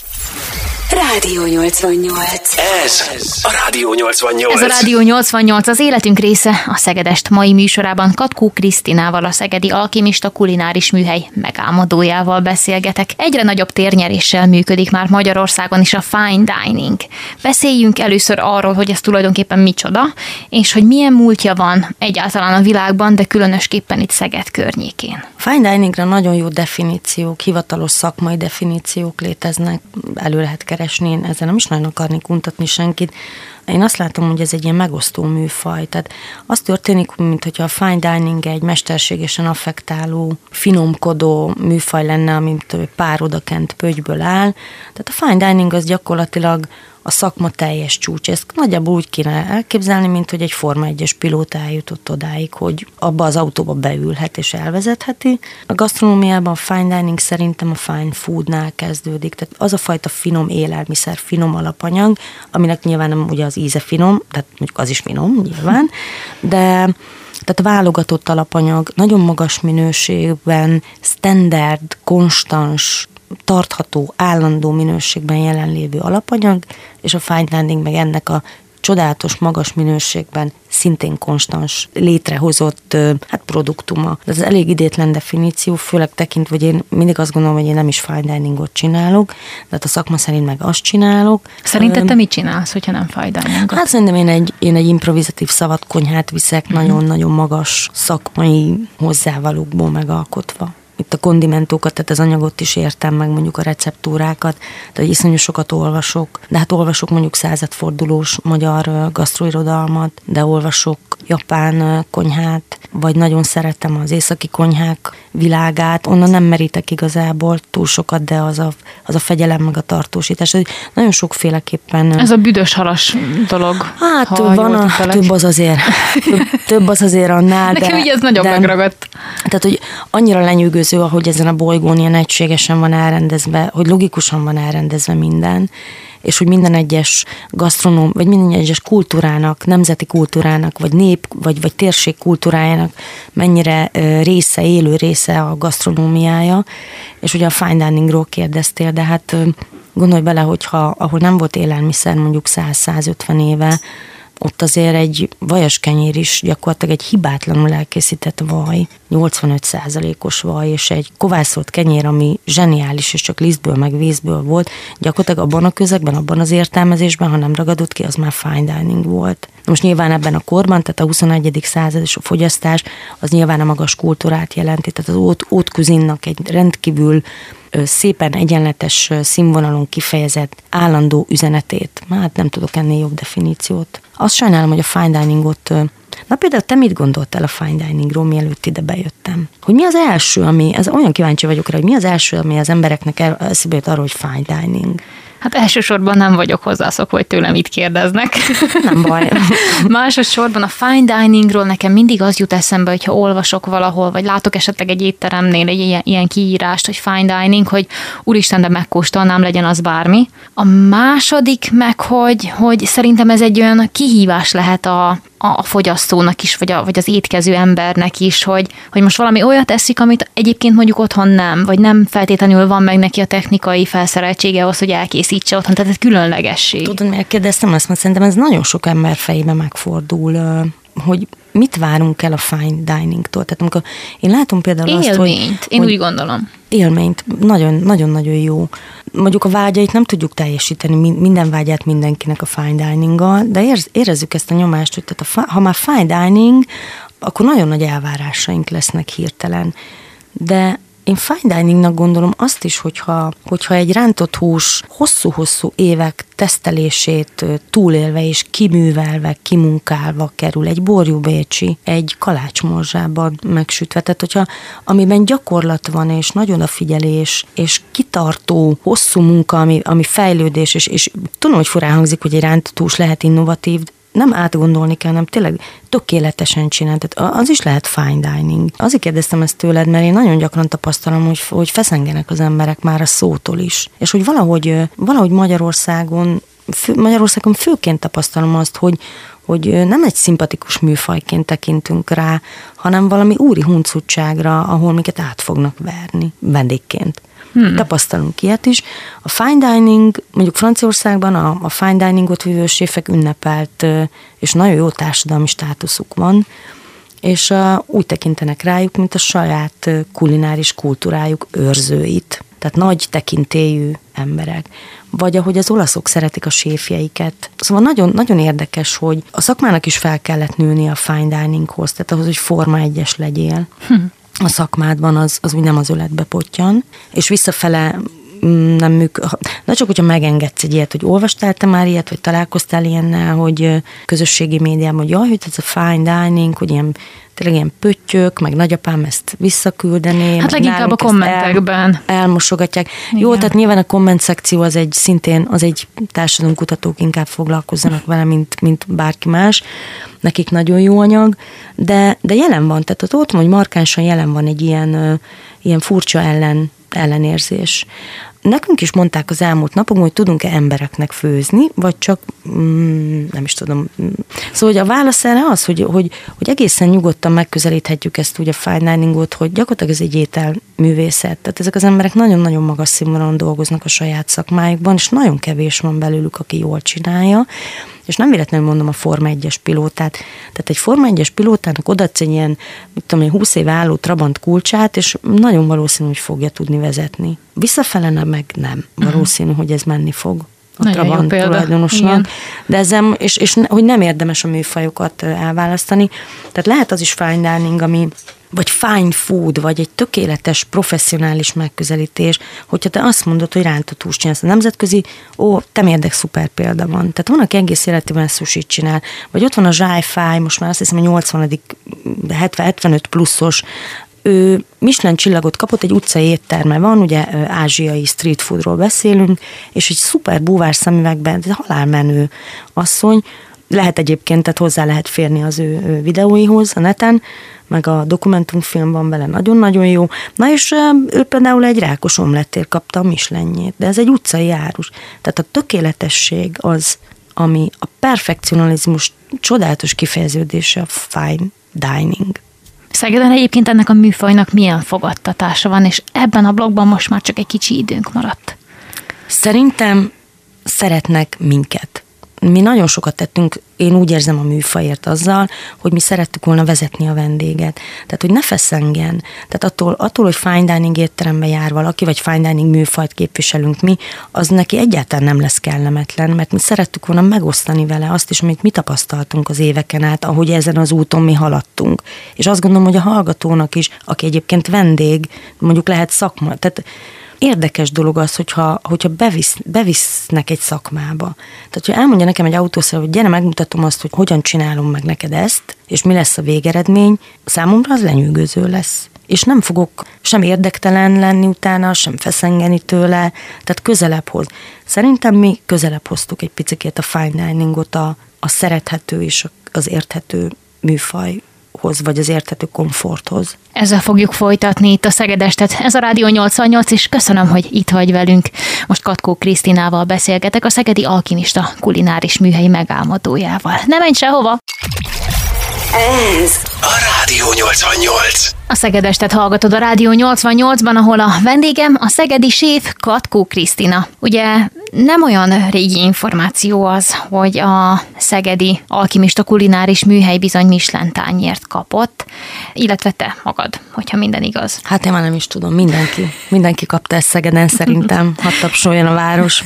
B: Rádió nyolcvannyolc.
A: Ez a Rádió nyolcvannyolc.
C: Ez a Rádió nyolcvannyolc, az életünk része, a Szegedest mai műsorában Katkó Krisztinával, a szegedi alkimista kulináris műhely megálmodójával beszélgetek. Egyre nagyobb térnyeréssel működik már Magyarországon is a fine dining. Beszéljünk először arról, hogy ez tulajdonképpen micsoda, és hogy milyen múltja van egyáltalán a világban, de különösképpen itt Szeged környékén.
D: Fine diningra nagyon jó definíciók, hivatalos szakmai definíciók léteznek, elő lehet keresni, én ezzel nem is nagyon akarnék untatni senkit. Én azt látom, hogy ez egy ilyen megosztó műfaj. Tehát az történik, mint hogyha a fine dining egy mesterségesen affektáló, finomkodó műfaj lenne, amit pár odakent pötyből áll. Tehát a fine dining az gyakorlatilag a szakma teljes csúcs. Ezt nagyjából úgy kéne elképzelni, mint hogy egy Forma egyes pilóta eljutott odáig, hogy abba az autóba beülhet és elvezetheti. A gasztronómiában a fine dining szerintem a fine foodnál kezdődik. Tehát az a fajta finom élelmiszer, finom alapanyag, aminek nyilván nem ugye az íze finom, tehát mondjuk az is finom nyilván, de tehát válogatott alapanyag, nagyon magas minőségben, standard, konstans, tartható, állandó minőségben jelenlévő alapanyag, és a fine dining meg ennek a csodálatos, magas minőségben szintén konstans létrehozott hát produktuma. Ez elég idétlen definíció, főleg tekintve, hogy én mindig azt gondolom, hogy én nem is fine diningot csinálok, de hát a szakma szerint meg azt csinálok.
C: Szerinted te mit csinálsz, hogyha nem fine diningot?
D: Hát szerintem én egy, én egy improvizatív szavat-konyhát viszek, uh-huh. nagyon-nagyon magas szakmai hozzávalókból megalkotva. Itt a kondimentókat, tehát az anyagot is értem, meg mondjuk a receptúrákat, tehát iszonyú sokat olvasok, de hát olvasok mondjuk századfordulós magyar gasztroirodalmat, de olvasok japán konyhát, vagy nagyon szeretem az északi konyhák világát, onnan nem merítek igazából túl sokat, de az a, az a fegyelem meg a tartósítás, nagyon sokféleképpen...
C: Ez a büdös halas dolog.
D: Hát van a, több az azért, több, több az azért annál,
C: Nekem
D: de...
C: így ez nagyon
D: de,
C: megragadt.
D: Tehát, hogy annyira lenyűgöző, ahogy ezen a bolygón ilyen egységesen van elrendezve, hogy logikusan van elrendezve minden, és hogy minden egyes gasztronóm, vagy minden egyes kultúrának, nemzeti kultúrának, vagy nép, vagy, vagy térség kultúrájának mennyire része, élő része a gasztronómiája, és ugye a fine diningról kérdeztél, de hát gondolj bele, hogyha ahol nem volt élelmiszer mondjuk száz-százötven éve, ott azért egy vajaskenyér is gyakorlatilag egy hibátlanul elkészített vaj, nyolcvanöt százalékos vaj, és egy kovászolt kenyér, ami zseniális, és csak lisztből meg vízből volt, gyakorlatilag abban a közegben, abban az értelmezésben, ha nem ragadott ki, az már fine dining volt. Most nyilván ebben a korban, tehát a huszonegyedik század és a fogyasztás, az nyilván a magas kultúrát jelenti, tehát az haute cuisine-nak egy rendkívül szépen egyenletes színvonalon kifejezett állandó üzenetét. Hát nem tudok ennél jobb definíciót. Azt sajnálom, hogy a fine diningot... Na például te mit gondoltál a fine diningról, mielőtt ide bejöttem? Hogy mi az első, ami... Ez olyan kíváncsi vagyok rá, hogy mi az első, ami az embereknek eszébe jut arról, hogy fine dining?
C: Hát elsősorban nem vagyok hozzászokva, hogy tőlem mit kérdeznek.
D: Nem baj.
C: Másodszorban a fine diningról nekem mindig az jut eszembe, hogyha olvasok valahol, vagy látok esetleg egy étteremnél egy ilyen, ilyen kiírást, hogy fine dining, hogy úristen, de megkóstolnám, legyen az bármi. A második meg, hogy, hogy szerintem ez egy olyan kihívás lehet a, a fogyasztónak is, vagy, a, vagy az étkező embernek is, hogy, hogy most valami olyat eszik, amit egyébként mondjuk otthon nem, vagy nem feltétlenül van meg neki a technikai felszereltsége ahhoz, hogy elkészítse otthon, tehát ez különlegesség.
D: Tudod, miért kérdeztem ezt, mert szerintem ez nagyon sok ember fejében megfordul, hogy mit várunk el a fine diningtól. Tehát amikor én látom például
C: élményt,
D: azt, hogy...
C: Élményt, én
D: hogy
C: úgy gondolom.
D: Élményt, nagyon-nagyon jó. Mondjuk a vágyait nem tudjuk teljesíteni, minden vágyát mindenkinek a fine dininggal, de érz, érezzük ezt a nyomást, hogy tehát a, ha már fine dining, akkor nagyon nagy elvárásaink lesznek hirtelen. De én fine diningnak gondolom azt is, hogyha, hogyha egy rántott hús hosszú-hosszú évek tesztelését túlélve és kiművelve, kimunkálva kerül egy borjúbécsi, egy kalácsmorzsában megsütve. Tehát, hogyha amiben gyakorlat van, és nagy odafigyelés, és kitartó, hosszú munka, ami, ami fejlődés, és, és tudom, hogy furán hangzik, hogy egy rántott hús lehet innovatív, nem átgondolni kell, hanem tényleg tökéletesen csinálni. Tehát az is lehet fine dining. Azért kérdeztem ezt tőled, mert én nagyon gyakran tapasztalom, hogy, hogy feszengenek az emberek már a szótól is. És hogy valahogy, valahogy Magyarországon, fő, Magyarországon főként tapasztalom azt, hogy, hogy nem egy szimpatikus műfajként tekintünk rá, hanem valami úri huncutságra, ahol minket át fognak verni vendégként. Hmm. Tapasztalunk ilyet is. A fine dining, mondjuk Franciaországban a, a fine diningot vívő séfek ünnepelt, és nagyon jó társadalmi státuszuk van, és a, úgy tekintenek rájuk, mint a saját kulináris kultúrájuk őrzőit. Tehát nagy tekintélyű emberek. Vagy ahogy az olaszok szeretik a séfjeiket. Szóval nagyon, nagyon érdekes, hogy a szakmának is fel kellett nőni a fine dininghoz, tehát ahhoz, hogy forma egyes legyél. Hmm. A szakmádban az, az úgy nem az öletbe pottyan, és visszafele nem működik. Na csak, hogyha megengedsz egy ilyet, hogy olvastál te már ilyet, vagy találkoztál ilyennel, hogy közösségi médiában, hogy jaj, hogy ez a fine dining, hogy ilyen, tényleg ilyen pöttyök, meg nagyapám ezt visszaküldené.
C: Hát leginkább a kommentekben.
D: El, elmosogatják. Igen. Jó, tehát nyilván a komment szekció az egy szintén, az egy társadalomkutatók inkább foglalkozzanak vele, mint, mint bárki más. Nekik nagyon jó anyag, de, de jelen van, tehát ott, ott hogy markánsan jelen van egy ilyen, ilyen furcsa ellen, ellenérzés. Nekünk is mondták az elmúlt napokban, hogy tudunk-e embereknek főzni, vagy csak mm, nem is tudom. Szóval hogy a válasz erre az, hogy, hogy, hogy egészen nyugodtan megközelíthetjük ezt úgy a fine diningot, hogy gyakorlatilag ez egy ételművészet. Tehát ezek az emberek nagyon-nagyon magas színvonalon dolgoznak a saját szakmájukban, és nagyon kevés van belőlük, aki jól csinálja. És nem véletlenül mondom a Forma egyes pilótát. Tehát egy Forma egyes pilótának odaadsz egy ilyen, mit tudom én, húsz éve álló Trabant kulcsát, és nagyon valószínű, hogy fogja tudni vezetni. Visszafelene meg nem. Valószínű, uh-huh. hogy ez menni fog a nagyon Trabant tulajdonosnak. De ezzel, és, és hogy nem érdemes a műfajokat elválasztani. Tehát lehet az is fine dining, ami vagy fine food, vagy egy tökéletes, professzionális megközelítés, hogyha te azt mondod, hogy rántott húst csinálsz a nemzetközi, ó, te mérdek szuper példa van. Tehát van, aki egész életében sushit csinál, vagy ott van a Zsájfáj, most már azt hiszem, a nyolcvanadik hetven-hetvenöt pluszos, ő Michelin csillagot kapott, egy utcai étterme van, ugye ázsiai street foodról beszélünk, és egy szuper búvár szemüvegben, halálmenő asszony, lehet egyébként, tehát hozzá lehet férni az ő videóihoz a neten, meg a dokumentumfilm van vele nagyon-nagyon jó. Na és ő például egy rákos omlettért kapta a Michelinjét, de ez egy utcai árus. Tehát a tökéletesség az, ami a perfekcionalizmus csodálatos kifejeződése, a fine dining.
C: Szegeden egyébként ennek a műfajnak milyen fogadtatása van, és ebben a blogban most már csak egy kicsi időnk maradt.
D: Szerintem szeretnek minket. Mi nagyon sokat tettünk, én úgy érzem a műfajért azzal, hogy mi szerettük volna vezetni a vendéget. Tehát, hogy ne feszengjen. Tehát attól, attól, hogy fine dining étterembe jár valaki, vagy fine dining műfajt képviselünk mi, az neki egyáltalán nem lesz kellemetlen, mert mi szerettük volna megosztani vele azt is, amit mi tapasztaltunk az éveken át, ahogy ezen az úton mi haladtunk. És azt gondolom, hogy a hallgatónak is, aki egyébként vendég, mondjuk lehet szakma, tehát érdekes dolog az, hogyha, hogyha bevisz, bevisznek egy szakmába. Tehát, hogy elmondja nekem egy autószerelő, hogy gyere, megmutatom azt, hogy hogyan csinálom meg neked ezt, és mi lesz a végeredmény, számomra az lenyűgöző lesz. És nem fogok sem érdektelen lenni utána, sem feszengeni tőle, tehát közelebb hoz. Szerintem mi közelebb hoztuk egy picikét a fine diningot a, a szerethető és az érthető műfaj hoz, vagy az érthető komforthoz.
C: Ezzel fogjuk folytatni itt a Szegedestet. Ez a Rádió nyolcvannyolc, és köszönöm, hogy itt vagy velünk. Most Katkó Krisztinával beszélgetek, a szegedi alkimista kulináris műhely megálmodójával. Ne menj sehova!
B: Ez
A: a Rádió nyolcvannyolc.
C: A Szegedestet hallgatod a Rádió nyolcvannyolcban, ahol a vendégem a szegedi séf Katkó Krisztina. Ugye nem olyan régi információ az, hogy a szegedi alkimista kulináris műhely bizony Michelin tányért kapott, illetve te magad, hogyha minden igaz.
D: Hát én már nem is tudom, mindenki. Mindenki kapta ezt Szegeden szerintem, hadd tapsoljon a város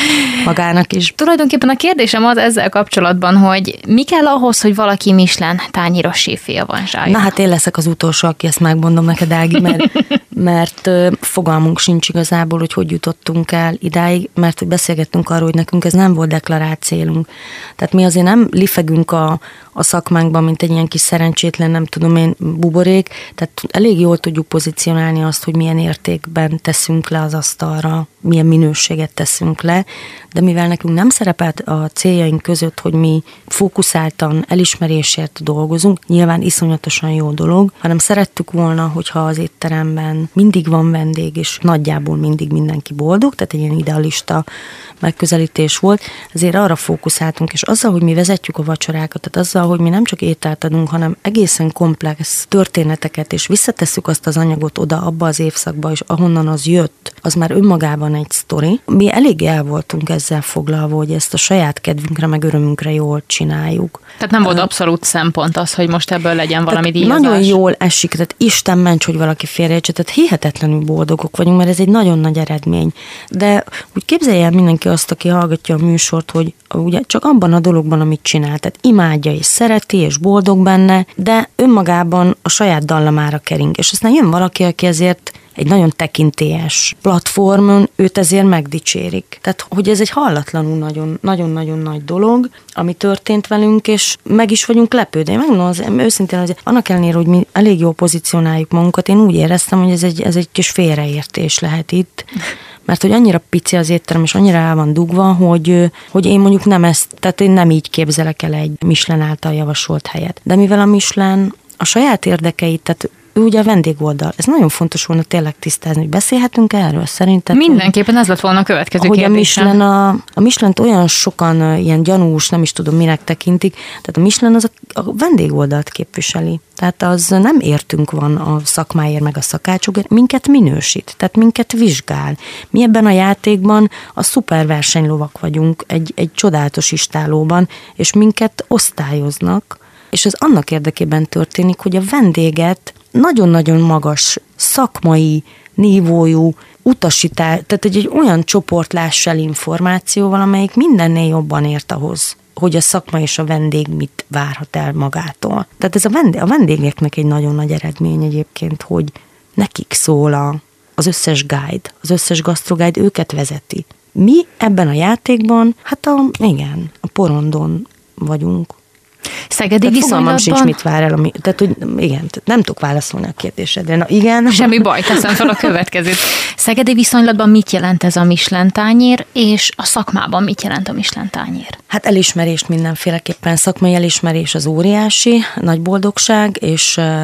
D: magának is.
C: Tulajdonképpen a kérdésem az ezzel kapcsolatban, hogy mi kell ahhoz, hogy valaki Michelin tányéros séfé avanzsáljon?
D: Na hát én leszek az utolsó, aki ezt megmondom neked, Ági, mert, mert fogalmunk sincs igazából, hogy hogy jutottunk el idáig, mert beszélgettünk arról, hogy nekünk ez nem volt deklarált célunk. Tehát mi azért nem lifegünk a, a szakmánkban, mint egy ilyen kis szerencsétlen, nem tudom én, buborék, tehát elég jól tudjuk pozícionálni azt, hogy milyen értékben teszünk le az asztalra, milyen minőséget teszünk le, de mivel nekünk nem szerepelt a céljaink között, hogy mi fókuszáltan elismerésért dolgozunk, nyilván iszonyatosan jó dolog, hanem szerettük volna, hogyha az étteremben mindig van vendég, és nagyjából mindig mindenki boldog, tehát egy ilyen idealista megközelítés volt, ezért arra fókuszáltunk, és azzal, hogy mi vezetjük a vacsorákat, tehát azzal, hogy mi nem csak ételt adunk, hanem egészen komplex történeteket, és visszatesszük azt az anyagot oda, abba az évszakba, és ahonnan az jött, az már önmagában egy sztori. Mi elég el voltunk ezzel foglalva, hogy ezt a saját kedvünkre, meg örömünkre jól csináljuk.
C: Tehát nem volt abszolút szempont az, hogy most ebből legyen valami díjazás.
D: Nagyon jól esik, tehát Isten ments, hogy valaki félreértse, tehát hihetetlenül boldogok vagyunk, mert ez egy nagyon nagy eredmény. De úgy képzelje el mindenki azt, aki hallgatja a műsort, hogy ugye csak abban a dologban, amit csinál, tehát imádja és szereti, és boldog benne, de önmagában a saját dallamára kering. És aztán jön valaki, aki ezért egy nagyon tekintélyes platformon, őt ezért megdicsérik. Tehát, hogy ez egy hallatlanul nagyon, nagyon-nagyon nagy dolog, ami történt velünk, és meg is vagyunk lepődve. Én megmondom, az, őszintén, hogy annak ellenére, hogy mi elég jól pozícionáljuk magunkat, én úgy éreztem, hogy ez egy, ez egy kis félreértés lehet itt. Mert hogy annyira pici az étterem, és annyira el van dugva, hogy, hogy én mondjuk nem ezt, tehát én nem így képzelek el egy Michelin által javasolt helyet. De mivel a Michelin a saját érdekeit, tehát ő ugye a vendégoldal. Ez nagyon fontos volna tényleg tisztázni, hogy beszélhetünk erről szerintem.
C: Mindenképpen ez lett volna a következő
D: hogy
C: kérdésem.
D: A Michelin, a, a Michelint olyan sokan ilyen gyanús, nem is tudom minek tekintik, tehát a Michelin az a, a vendégoldalt képviseli. Tehát az nem értünk van a szakmáért meg a szakácsokért, minket minősít, tehát minket vizsgál. Mi ebben a játékban a szuper versenylovak vagyunk, egy, egy csodálatos istálóban, és minket osztályoznak, és ez annak érdekében történik, hogy a vendéget nagyon-nagyon magas, szakmai, nívójú utasítás, tehát egy, egy olyan csoport láss el információval, amelyik mindennél jobban ért ahhoz, hogy a szakma és a vendég mit várhat el magától. Tehát ez a, vendég, a vendégeknek egy nagyon nagy eredmény egyébként, hogy nekik szól a, az összes guide, az összes gasztroguide őket vezeti. Mi ebben a játékban, hát a, igen, a porondon vagyunk.
C: Szegedi viszonylatban...
D: sincs, mit vár el, ami, tehát hogy igen, tehát nem tudok válaszolni a kérdésedre. Na igen.
C: Semmi baj, teszem fel a következőt. Szegedi viszonylatban mit jelent ez a Michelin tányér, és a szakmában mit jelent a Michelin tányér?
D: Hát elismerést mindenféleképpen, szakmai elismerés az óriási, nagy boldogság, és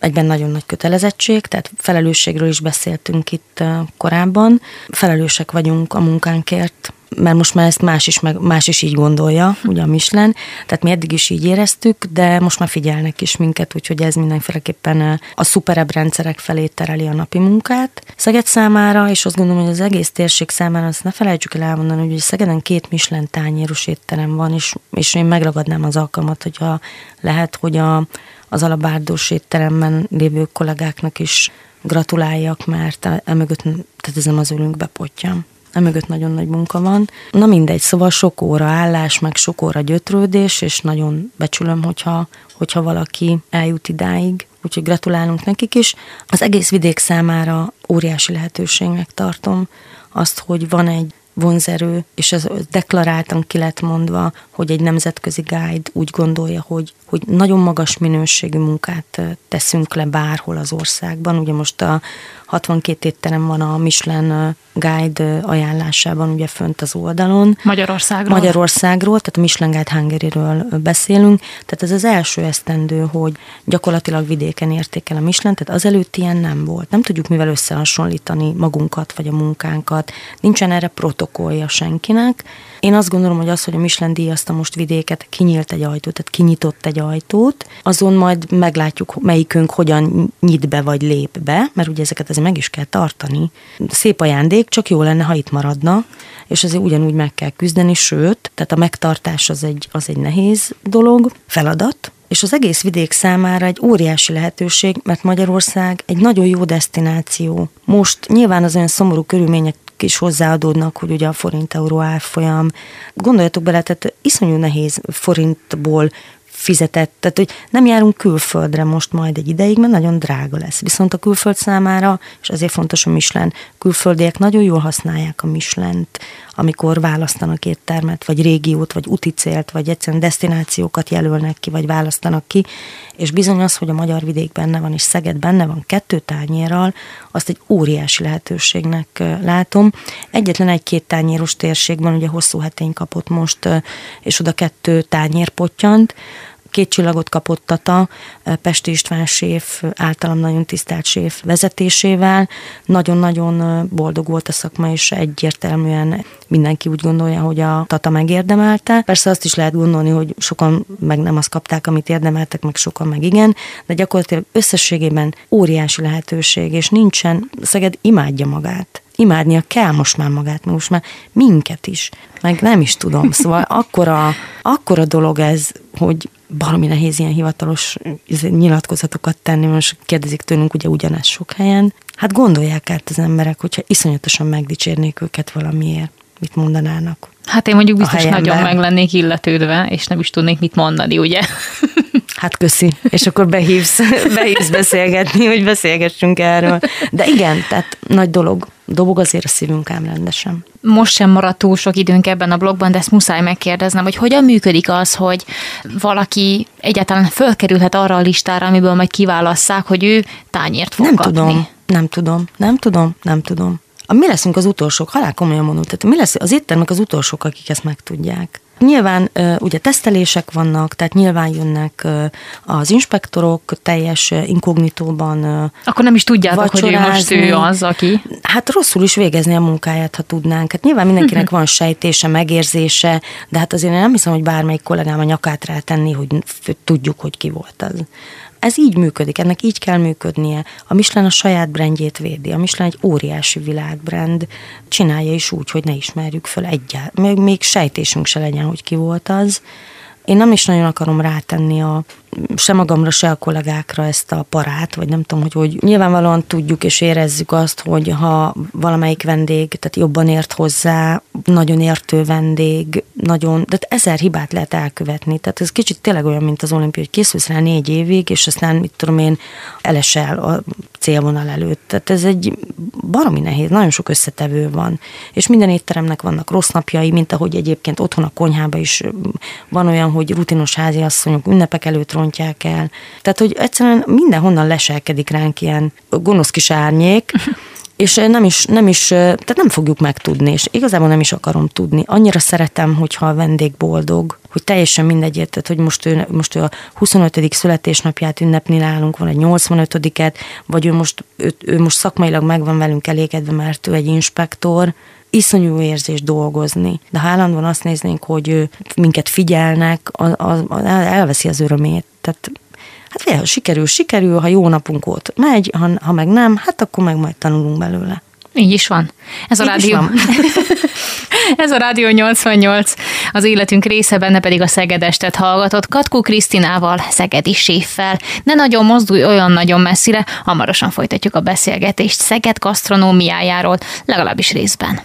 D: egyben nagyon nagy kötelezettség, tehát felelősségről is beszéltünk itt korábban. Felelősek vagyunk a munkánkért, mert most már ezt más is, meg, más is így gondolja, ugye a Michelin, tehát mi eddig is így éreztük, de most már figyelnek is minket, úgyhogy ez mindenféleképpen a szuperebb rendszerek felé tereli a napi munkát. Szeged számára, és azt gondolom, hogy az egész térség számára, azt ne felejtsük el elmondani, hogy Szegeden két Michelin tányéros étterem van, és, és én megragadnám az alkalmat, hogyha lehet, hogy a, az alabárdós étteremben lévő kollégáknak is gratuláljak, mert emögött, tehát ez nem az ölünkbe pottyam. Emögött nagyon nagy munka van. Na mindegy, szóval sok óra állás, meg sok óra gyötrődés, és nagyon becsülöm, hogyha, hogyha valaki eljut idáig. Úgyhogy gratulálunk nekik is. Az egész vidék számára óriási lehetőségnek tartom azt, hogy van egy vonzerő, és ez deklaráltan ki lett mondva, hogy egy nemzetközi guide úgy gondolja, hogy, hogy nagyon magas minőségű munkát teszünk le bárhol az országban. Ugye most a hatvankét étterem van a Michelin Guide ajánlásában, ugye fönt az oldalon.
C: Magyarországról.
D: Magyarországról, tehát a Michelin Guide Hungary-ről beszélünk. Tehát ez az első esztendő, hogy gyakorlatilag vidéken értékel a Michelin, tehát azelőtt ilyen nem volt. Nem tudjuk mivel összehasonlítani magunkat, vagy a munkánkat. Nincsen erre protokollja senkinek. Én azt gondolom, hogy az, hogy a Michelin díjazta most vidéket, kinyílt egy ajtót, tehát kinyitott egy ajtót, azon majd meglátjuk, melyikünk hogyan nyit be, vagy lép be, mert ugye ezeket azért meg is kell tartani. Szép ajándék, csak jó lenne, ha itt maradna, és azért ugyanúgy meg kell küzdeni, sőt, tehát a megtartás az egy, az egy nehéz dolog, feladat, és az egész vidék számára egy óriási lehetőség, mert Magyarország egy nagyon jó desztináció. Most nyilván az olyan szomorú körülmények is hozzáadódnak, hogy ugye a forint-euró árfolyam. Gondoljatok bele, tehát iszonyú nehéz forintból fizetett, tehát hogy nem járunk külföldre most majd egy ideig, mert nagyon drága lesz. Viszont a külföld számára, és azért fontos a Michelin, külföldiek nagyon jól használják a Michelint, amikor választanak éttermet, vagy régiót, vagy úti célt, vagy egyszerűen desztinációkat jelölnek ki, vagy választanak ki, és bizony az, hogy a magyar vidék benne van, és Szeged benne van kettő tányérral, azt egy óriási lehetőségnek látom. Egyetlen egy-két tányéros térségben, ugye Hosszú Hetény kapott most, és oda kettő tányér pottyant, két csillagot kapott Tata, Pesti István séf, általam nagyon tisztelt séf vezetésével. Nagyon-nagyon boldog volt a szakma, és egyértelműen mindenki úgy gondolja, hogy a Tata megérdemelte. Persze azt is lehet gondolni, hogy sokan meg nem azt kapták, amit érdemeltek, meg sokan meg igen, de gyakorlatilag összességében óriási lehetőség, és nincsen, Szeged imádja magát. Imádnia kell most már magát, mert most már minket is, meg nem is tudom. Szóval akkora, akkora dolog ez, hogy valami nehéz ilyen hivatalos nyilatkozatokat tenni, most kérdezik tőlünk ugye ugyanezt sok helyen. Hát gondolják át az emberek, hogyha iszonyatosan megdicsérnék őket valamiért, mit mondanának.
C: Hát én mondjuk biztos nagyon meg lennék illetődve, és nem is tudnék mit mondani, ugye?
D: Hát köszi, és akkor behívsz, behívsz beszélgetni, hogy beszélgessünk erről. De igen, tehát nagy dolog. Dobog azért a szívünk ám rendesen.
C: Most sem maradt túl sok időnk ebben a blogban, de ezt muszáj megkérdeznem, hogy hogyan működik az, hogy valaki egyáltalán fölkerülhet arra a listára, amiből majd kiválasszák, hogy ő tányért fog
D: nem
C: kapni.
D: Tudom, nem tudom, nem tudom, nem tudom. A mi leszünk az utolsók, halál komolyan mondom, tehát mi lesz az éttermek az utolsók, akik ezt megtudják. Nyilván ugye tesztelések vannak, tehát nyilván jönnek az inspektorok teljes inkognitóban.
C: Akkor nem is tudjátok, hogy ő most ő az, aki...
D: Hát rosszul is végezni a munkáját, ha tudnánk. Hát nyilván mindenkinek van sejtése, megérzése, de hát azért én nem hiszem, hogy bármelyik kollégám a nyakát rátenni, hogy tudjuk, hogy ki volt az. Ez így működik, ennek így kell működnie. A Michelin a saját brandjét védi. A Michelin egy óriási világbrand. Csinálja is úgy, hogy ne ismerjük föl egyáltalán. Még, még sejtésünk se legyen, hogy ki volt az. Én nem is nagyon akarom rátenni a, se magamra, se a kollégákra ezt a parát, vagy nem tudom, hogy, hogy nyilvánvalóan tudjuk és érezzük azt, hogy ha valamelyik vendég, tehát jobban ért hozzá, nagyon értő vendég, nagyon, de ezer hibát lehet elkövetni. Tehát ez kicsit tényleg olyan, mint az olimpia, hogy készülsz rá négy évig, és aztán, mit tudom én, elesel a célvonal előtt. Tehát ez egy baromi nehéz, nagyon sok összetevő van. És minden étteremnek vannak rossz napjai, mint ahogy egyébként otthon a konyhában is van olyan, hogy rutinos háziasszonyok ünnepek előtt rontják el. Tehát, hogy egyszerűen mindenhonnan leselkedik ránk ilyen gonosz kis árnyék, és nem is, nem is, tehát nem fogjuk megtudni, és igazából nem is akarom tudni. Annyira szeretem, hogyha a vendég boldog, hogy teljesen mindegy, tehát, hogy most ő, most ő a huszonötödik születésnapját ünnepni nálunk, van egy nyolcvanötödiket, vagy ő most, ő, ő most szakmailag meg van velünk elégedve, mert ő egy inspektor, iszonyú érzés dolgozni. De ha állandóan azt néznénk, hogy minket figyelnek, az, az, az elveszi az örömét. Tehát hát ha sikerül, sikerül, ha jó napunk volt megy, ha, ha meg nem, hát akkor meg majd tanulunk belőle.
C: Így is van. Ez a
D: Így
C: rádió. Ez a Rádió nyolcvannyolc, az életünk része, benne pedig a Szegedestet hallgatott Katkó Krisztinával, szegedi séffel. Ne nagyon mozdulj olyan nagyon messzire, hamarosan folytatjuk a beszélgetést Szeged gasztronómiájáról, legalábbis részben.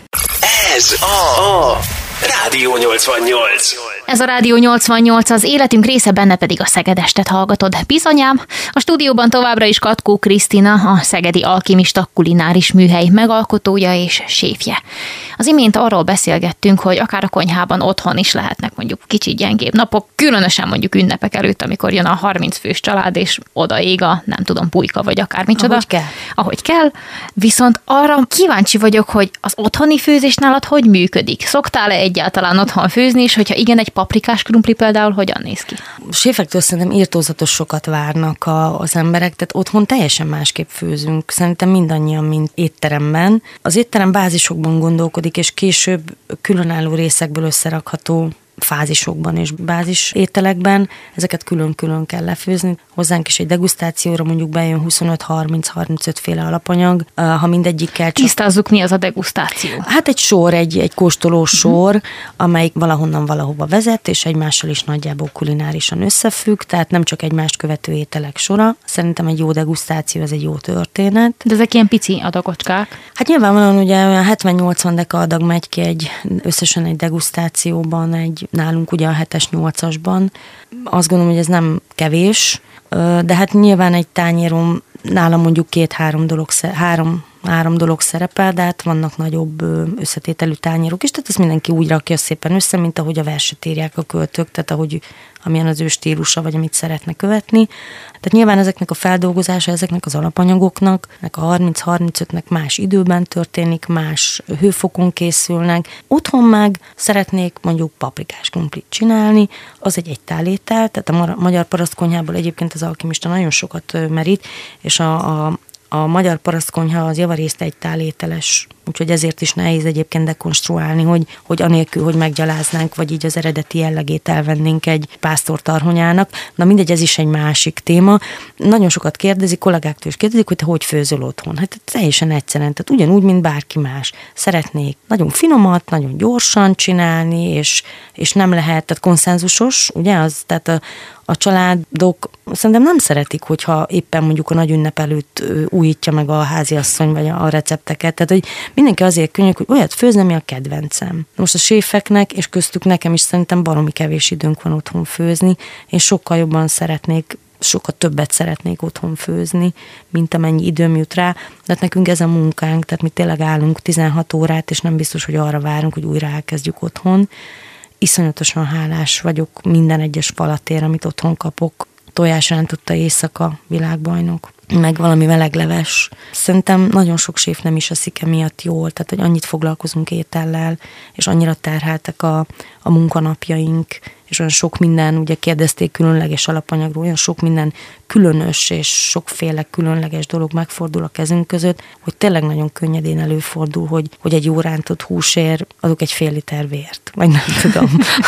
A: Ez a, a Rádió nyolcvannyolc.
C: Ez a Rádió nyolcvannyolc, az életünk része, benne pedig a Szegedestet hallgatod. Bizonyám, a stúdióban továbbra is Katkó Krisztina, a Szegedi Alkimista kulináris műhely megalkotója és séfje. Az imént arról beszélgettünk, hogy akár a konyhában otthon is lehetnek mondjuk kicsit gyengébb napok, különösen mondjuk ünnepek előtt, amikor jön a harminc fős család, és odaég a, nem tudom, pulyka vagy akármicsoda.
D: Ahogy kell.
C: Ahogy kell. Viszont arra kíváncsi vagyok, hogy az otthoni főzés nálad hogy működik? Szoktál-e egyáltalán otthon főzni, és hogyha igen, egy paprikás krumpli például hogyan néz ki?
D: Séfektől szerintem irtózatos sokat várnak a, az emberek, tehát otthon teljesen másképp főzünk. Szerintem mindannyian, mint étteremben. Az étterem bázisokban gondolkodik, és később különálló részekből összerakható fázisokban és bázis ételekben, ezeket külön-külön kell lefőzni. Hozzánk is egy degustációra mondjuk bejön huszonöt harminc harmincöt féle alapanyag, ha mindegyikkel csak...
C: Tisztázzuk, mi az a degustáció?
D: Hát egy sor, egy, egy kóstoló sor, uh-huh. amelyik valahonnan valahova vezet, és egymással is nagyjából kulinárisan összefügg, tehát nem csak egymást követő ételek sora. Szerintem egy jó degustáció, ez egy jó történet.
C: De ezek ilyen pici adagocskák?
D: Hát nyilvánvalóan ugye olyan hetven-nyolcvan deka adag megy ki egy, összesen egy degustációban, egy nálunk ugye a hetes nyolcasban. Azt gondolom, hogy ez nem kevés, de hát nyilván egy tányéron nálam mondjuk két-három dolog, három, három dolog szerepel, de hát vannak nagyobb összetételű tányérok is, tehát ezt mindenki úgy rakja szépen össze, mint ahogy a verset írják a költők, tehát ahogy amilyen az ő stílusa, vagy amit szeretne követni. Tehát nyilván ezeknek a feldolgozása, ezeknek az alapanyagoknak, a harminc harmincötnek más időben történik, más hőfokon készülnek. Otthon meg szeretnék mondjuk paprikás krumplit csinálni, az egy egytálétel, tehát a magyar parasztkonyhából egyébként az alkimista nagyon sokat merít, és a, a A magyar parasztkonyha az javarészt egy tálételes, úgyhogy ezért is nehéz egyébként dekonstruálni, hogy, hogy anélkül, hogy meggyaláznánk, vagy így az eredeti jellegét elvennénk egy pásztortarhonyának. Na mindegy, ez is egy másik téma. Nagyon sokat kérdezik, kollégáktól is kérdezik, hogy te hogy főzöl otthon. Hát teljesen egyszerűen, tehát ugyanúgy, mint bárki más. Szeretnék nagyon finomat, nagyon gyorsan csinálni, és, és nem lehet, tehát konszenzusos, ugye, az, tehát a, a családok szerintem nem szeretik, hogyha éppen mondjuk a nagy ünnep előtt újítja meg a háziasszony vagy a recepteket. Tehát, hogy mindenki azért könnyű, hogy olyat főzni, ami a kedvencem. Most a séfeknek, és köztük nekem is szerintem baromi kevés időnk van otthon főzni. Én sokkal jobban szeretnék, sokkal többet szeretnék otthon főzni, mint amennyi időm jut rá. De hát nekünk ez a munkánk, tehát mi tényleg állunk tizenhat órát, és nem biztos, hogy arra várunk, hogy újra elkezdjük otthon. Iszonyatosan hálás vagyok minden egyes falatért, amit otthon kapok. Tojásrántotta éjszaka világbajnok, meg valami melegleves. Szerintem nagyon sok séf nem is eszik emiatt jól, tehát hogy annyit foglalkozunk étellel, és annyira terheltek a, a munkanapjaink, és olyan sok minden, ugye kérdezték különleges alapanyagról, olyan sok minden különös és sokféle különleges dolog megfordul a kezünk között, hogy tényleg nagyon könnyedén előfordul, hogy, hogy egy jó rántott húsért adok egy fél liter vért, vagy nem tudom.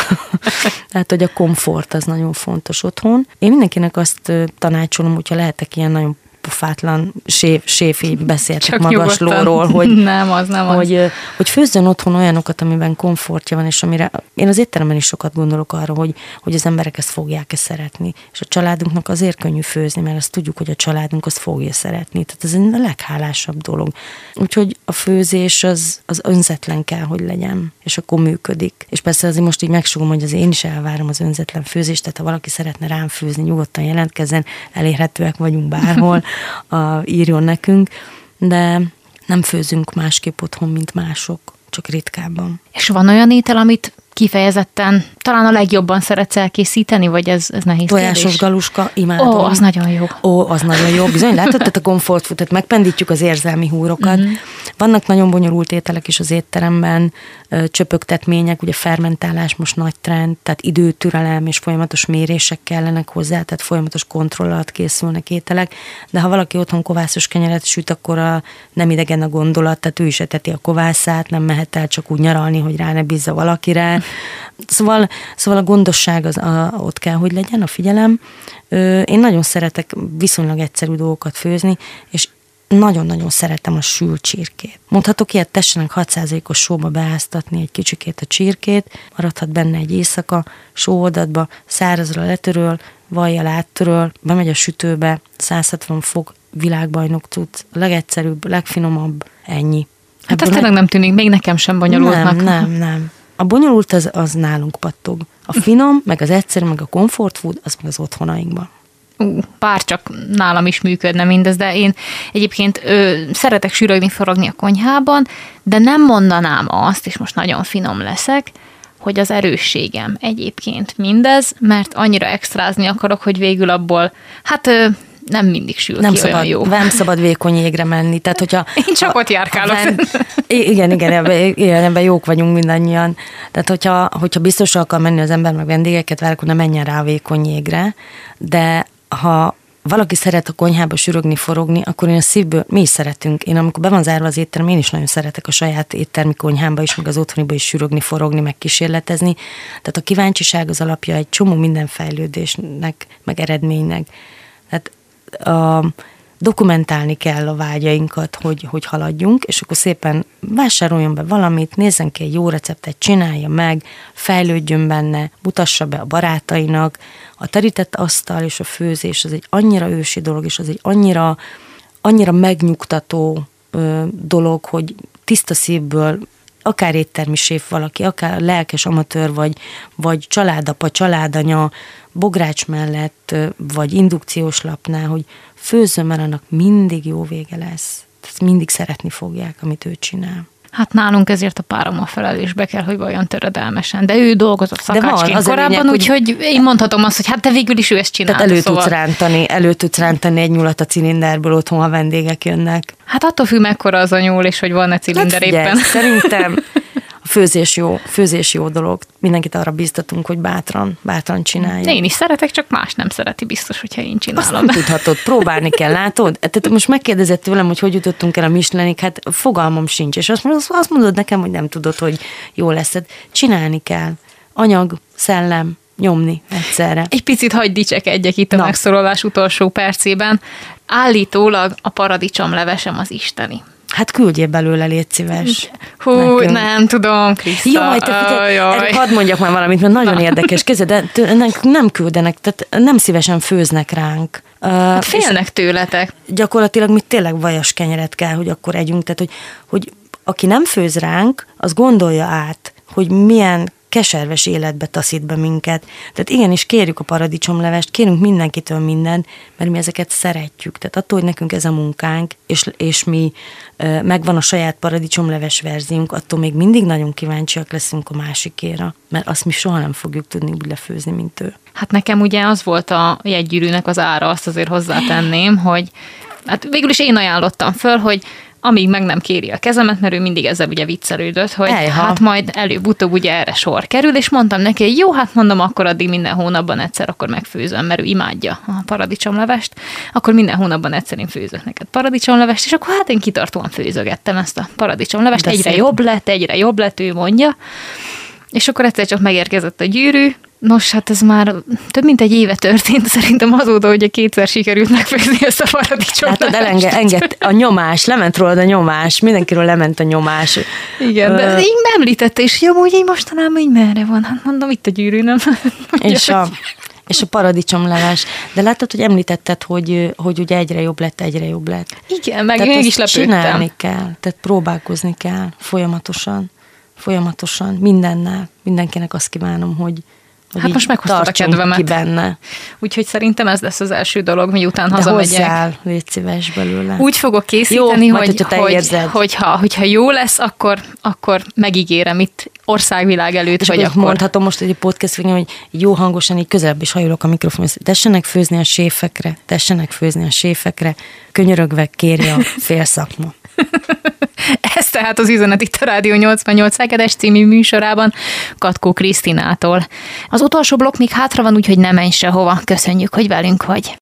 D: Tehát, hogy a komfort az nagyon fontos otthon. Én mindenkinek azt tanácsolom, hogyha lehetek ilyen nagyon pofátlan séf, séfi beszéltek magaslóról, hogy,
C: nem, az nem
D: hogy,
C: az.
D: hogy főzzön otthon olyanokat, amiben komfortja van, és amire én az étteremben is sokat gondolok arra, hogy, hogy az emberek ezt fogják-e szeretni. És a családunknak azért könnyű főzni, mert azt tudjuk, hogy a családunk azt fogja szeretni. Tehát ez a leghálásabb dolog. Úgyhogy a főzés az, az önzetlen kell, hogy legyen, és akkor működik. És persze azért most így megsugom, hogy az én is elvárom az önzetlen főzést, tehát ha valaki szeretne rám főzni, nyugodtan jelentkezzen, elérhetőek vagyunk bárhol, a, írjon nekünk, de nem főzünk másképp otthon, mint mások, csak ritkábban.
C: És van olyan étel, amit kifejezetten, talán a legjobban szeretsz elkészíteni, vagy ez, ez nehéz
D: Tojásos
C: kérdés?
D: galuska, imádom.
C: Ó, az nagyon jó.
D: Ó, az nagyon jó. Bizony, látod, tehát a comfort food, tehát megpendítjük az érzelmi húrokat. Uh-huh. Vannak nagyon bonyolult ételek is az étteremben, csöpögtetmények, ugye fermentálás most nagy trend, tehát időtürelem és folyamatos mérések kellenek hozzá, tehát folyamatos kontroll alatt készülnek ételek, de ha valaki otthon kovászos kenyeret süt, akkor a, nem idegen a gondolat, tehát ő is eteti a kovászát, nem mehet el csak úgy nyaralni, hogy rá ne bízza valakire. Szóval, szóval a gondosság az a, ott kell, hogy legyen, a figyelem. Én nagyon szeretek viszonylag egyszerű dolgokat főzni, és nagyon-nagyon szeretem a sült csirkét. Mondhatok ilyet, tessenek hat százalékos sóba beáztatni egy kicsikét a csirkét, maradhat benne egy éjszaka, sóoldatba, szárazra letöröl, vajjal áttöröl, bemegy a sütőbe, száz hatvan fok, világbajnok tudsz, a legegyszerűbb, legfinomabb, ennyi.
C: Hát ez tényleg nem tűnik, még nekem sem bonyolultnak.
D: Nem, nem, nem. A bonyolult az, az nálunk pattog. A finom, meg az egyszerű, meg a comfort food, az meg az otthonainkban.
C: Ú, bár csak nálam is működne mindez, de én egyébként ö, szeretek sűrögni, forogni a konyhában, de nem mondanám azt, és most nagyon finom leszek, hogy az erősségem egyébként mindez, mert annyira extrázni akarok, hogy végül abból, hát ö, nem mindig sül
D: nem
C: ki
D: szabad,
C: olyan jó.
D: Nem szabad vékony jégre menni. Tehát, hogyha,
C: Én csak ha, ott járkálok.
D: Ven, igen, igen, ebben, igen, ebben jók vagyunk mindannyian. Tehát, hogyha, hogyha biztosra akar menni az ember, meg vendégeket vár, akkor ne menjen rá a vékony jégre, de ha valaki szeret a konyhába sürögni, forogni, akkor én a szívből, mi is szeretünk. Én amikor be van zárva az étterem, én is nagyon szeretek a saját éttermi konyhámba is, meg az otthoniba is sürögni, forogni, meg kísérletezni. Tehát a kíváncsiság az alapja egy csomó minden fejlődésnek, meg eredménynek. Tehát a, dokumentálni kell a vágyainkat, hogy, hogy haladjunk, és akkor szépen vásároljon be valamit, nézzen ki egy jó receptet, csinálja meg, fejlődjön benne, mutassa be a barátainak. A terített asztal és a főzés az egy annyira ősi dolog, és az egy annyira, annyira megnyugtató ö, dolog, hogy tiszta szívből akár éttermi séf valaki, akár lelkes amatőr, vagy, vagy családapa, családanya, bogrács mellett, vagy indukciós lapnál, hogy főzzön, mert annak mindig jó vége lesz. Tehát mindig szeretni fogják, amit ő csinál.
C: Hát nálunk ezért a párom a felelésbe kell, hogy vajon töredelmesen. De ő dolgozott szakácsként korábban, úgyhogy én mondhatom azt, hogy hát te végül is ő ezt csinálta.
D: Tehát elő
C: szóval... tudsz
D: rántani, elő tudsz rántani egy nyulat a cilinderből otthon, ha vendégek jönnek.
C: Hát attól függ, mekkora az a nyúl, és hogy van-e cilinder
D: hát figyelj,
C: éppen.
D: Szerintem a főzés jó, főzés jó dolog. Mindenkit arra bíztatunk, hogy bátran, bátran csinálja.
C: Én is szeretek, csak más nem szereti biztos, hogyha én csinálom.
D: Azt nem tudhatod, próbálni kell, látod? Tehát most megkérdezett tőlem, hogy hogy jutottunk el a Michelinig, hát fogalmam sincs, és azt mondod, azt mondod nekem, hogy nem tudod, hogy jó lesz. Csinálni kell. Anyag, szellem, nyomni egyszerre.
C: Egy picit hagyd dicsekedjek itt a Na. megszólalás utolsó percében. Állítólag a paradicsomlevesem az isteni.
D: Hát küldjél belőle, légy szíves.
C: Hú, nekünk. Nem tudom, Kriszta.
D: Jaj, te figyelj, erre hadd mondjak már valamit, mert nagyon érdekes. Kézzel, de nem küldenek, tehát nem szívesen főznek ránk.
C: Hát félnek tőletek.
D: Gyakorlatilag mi tényleg vajas kenyeret kell, hogy akkor együnk. Tehát, hogy, hogy aki nem főz ránk, az gondolja át, hogy milyen keserves életbe taszít be minket. Tehát igenis kérjük a paradicsomlevest, kérünk mindenkitől mindent, mert mi ezeket szeretjük. Tehát attól, hogy nekünk ez a munkánk, és, és mi e, megvan a saját paradicsomleves verziónk, attól még mindig nagyon kíváncsiak leszünk a másikéra, mert azt mi soha nem fogjuk tudni úgy lefőzni, mint ő.
C: Hát nekem ugye az volt a jegygyűrűnek az ára, azt azért hozzátenném, hogy hát végül is én ajánlottam föl, hogy amíg meg nem kéri a kezemet, mert ő mindig ezzel ugye viccelődött, hogy Ejha. hát majd előbb-utóbb ugye erre sor kerül, és mondtam neki, hogy jó, hát mondom, akkor addig minden hónapban egyszer akkor megfőzöm, mert ő imádja a paradicsomlevest, akkor minden hónapban egyszer én főzök neked paradicsomlevest, és akkor hát én kitartóan főzögettem ezt a paradicsomlevest, egyre szép. jobb lett, egyre jobb lett, ő mondja, és akkor egyszer csak megérkezett a gyűrű. Nos, hát ez már több mint egy éve történt, szerintem azóta, hogy kétszer sikerült megfőzni ezt a paradicsomlevest.
D: Hát elenge, enged, a nyomás, lement rólad a nyomás, mindenkiről lement a nyomás.
C: Igen, de így említette, és hogy amúgy így mostanában így merre van, hát mondom, itt a gyűrű, nem?
D: És a, és a paradicsomleves. De láttad, hogy említetted, hogy, hogy ugye egyre jobb lett, egyre jobb lett.
C: Igen, meg én is lepődtem.
D: Csinálni kell, tehát próbálkozni kell folyamatosan, folyamatosan, mindennel. Mindenkinek azt kívánom, hogy
C: hát most meghoztad a kedvemet.
D: Ki benne.
C: Úgyhogy szerintem ez lesz az első dolog, miután
D: de
C: hazamegyek.
D: hozzál, légy szíves belőle.
C: Úgy fogok készíteni,
D: jó,
C: hogy,
D: majd,
C: hogy, hogyha, hogyha jó lesz, akkor, akkor megígérem itt országvilág előtt
D: és
C: vagy
D: akkor.
C: akkor.
D: Mondhatom most egy podcast végén, hogy jó hangosan így közelebb is hajolok a mikrofonhoz. Tessenek főzni a séfekre, tessenek főzni a séfekre, könyörögve kéri a félszakma.
C: Ez tehát az üzenet itt a Rádió nyolcvannyolc Szegedest című műsorában Katkó Krisztinától. Az utolsó blokk még hátra van, úgyhogy ne menj sehova. Köszönjük, hogy velünk vagy.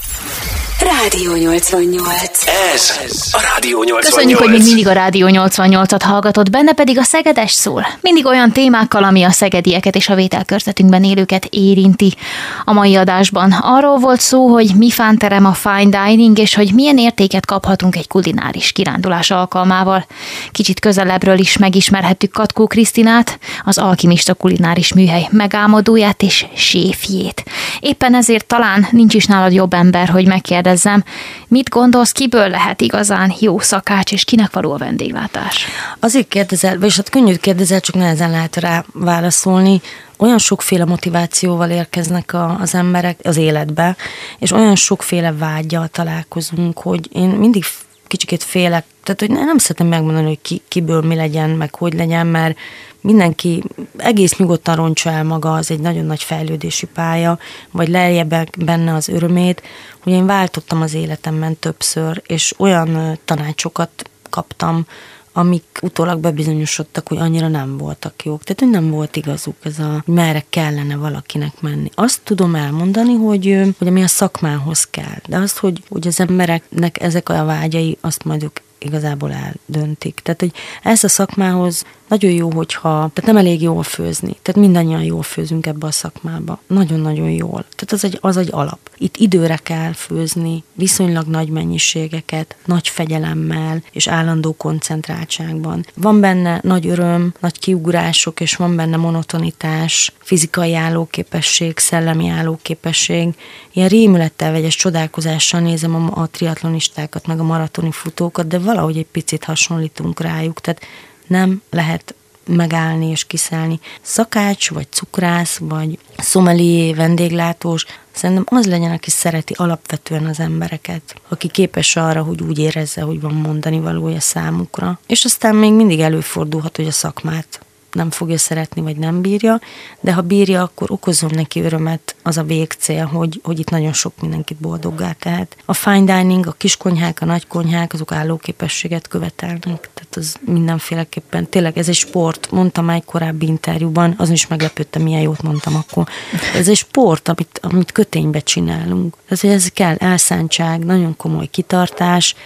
B: Rádió nyolcvannyolc.
A: Ez a Rádió nyolcvannyolc.
C: Köszönjük, hogy még mindig a Rádió nyolcvannyolcat hallgatod, benne pedig a Szegedes szól. Mindig olyan témákkal, ami a szegedieket és a vételkörzetünkben élőket érinti. A mai adásban arról volt szó, hogy mi fánterem a fine dining, és hogy milyen értéket kaphatunk egy kulináris kirándulás alkalmával. Kicsit közelebbről is megismerhettük Katkó Krisztinát, az Alkimista kulináris műhely megálmodóját és séfjét. Éppen ezért talán nincs is nálad jobb ember, hogy megkérdezzem, mit gondolsz, kiből lehet igazán jó szakács, és kinek való a vendéglátás?
D: Azért kérdezel, vagyis hát könnyű kérdezel, csak nehezen lehet rá válaszolni. Olyan sokféle motivációval érkeznek a, az emberek az életbe, és olyan sokféle vággyal találkozunk, hogy én mindig kicsikét félek, tehát hogy nem szeretem megmondani, hogy ki, kiből mi legyen, meg hogy legyen, mert mindenki egész nyugodtan roncsa el maga, az egy nagyon nagy fejlődési pálya, vagy lelje benne az örömét, hogy én váltottam az életemben többször, és olyan tanácsokat kaptam, amik utólag bebizonyosodtak, hogy annyira nem voltak jók. Tehát, hogy nem volt igazuk ez a, hogy merre kellene valakinek menni. Azt tudom elmondani, hogy, hogy ami a szakmához kell, de azt, hogy, hogy az embereknek ezek a vágyai, azt majd ők igazából eldöntik. Tehát, hogy ez a szakmához nagyon jó, hogyha, tehát nem elég jól főzni. Tehát mindannyian jól főzünk ebbe a szakmába. Nagyon-nagyon jól. Tehát az egy, az egy alap. Itt időre kell főzni, viszonylag nagy mennyiségeket, nagy fegyelemmel és állandó koncentráltságban. Van benne nagy öröm, nagy kiugrások, és van benne monotonitás, fizikai állóképesség, szellemi állóképesség. Ilyen rémülettel vegyes csodálkozással nézem a, a triatlonistákat, meg a maratoni futókat, de valahogy egy picit hasonlítunk rájuk. Tehát nem lehet megállni és kiszállni. Szakács, vagy cukrász, vagy szomelié, vendéglátós, szerintem az legyen, aki szereti alapvetően az embereket, aki képes arra, hogy úgy érezze, hogy van mondani valója számukra. És aztán még mindig előfordulhat, hogy a szakmát nem fogja szeretni, vagy nem bírja, de ha bírja, akkor okozom neki örömet, az a végcél, hogy, hogy itt nagyon sok mindenkit boldoggá tehet. A fine dining, a kiskonyhák, a nagykonyhák, azok állóképességet követelnek, tehát az mindenféleképpen, tényleg ez egy sport, mondtam egy korábbi interjúban, azon is meglepődtem, milyen jót mondtam akkor. Ez egy sport, amit, amit köténybe csinálunk. Ez, ez kell elszántság, nagyon komoly kitartás,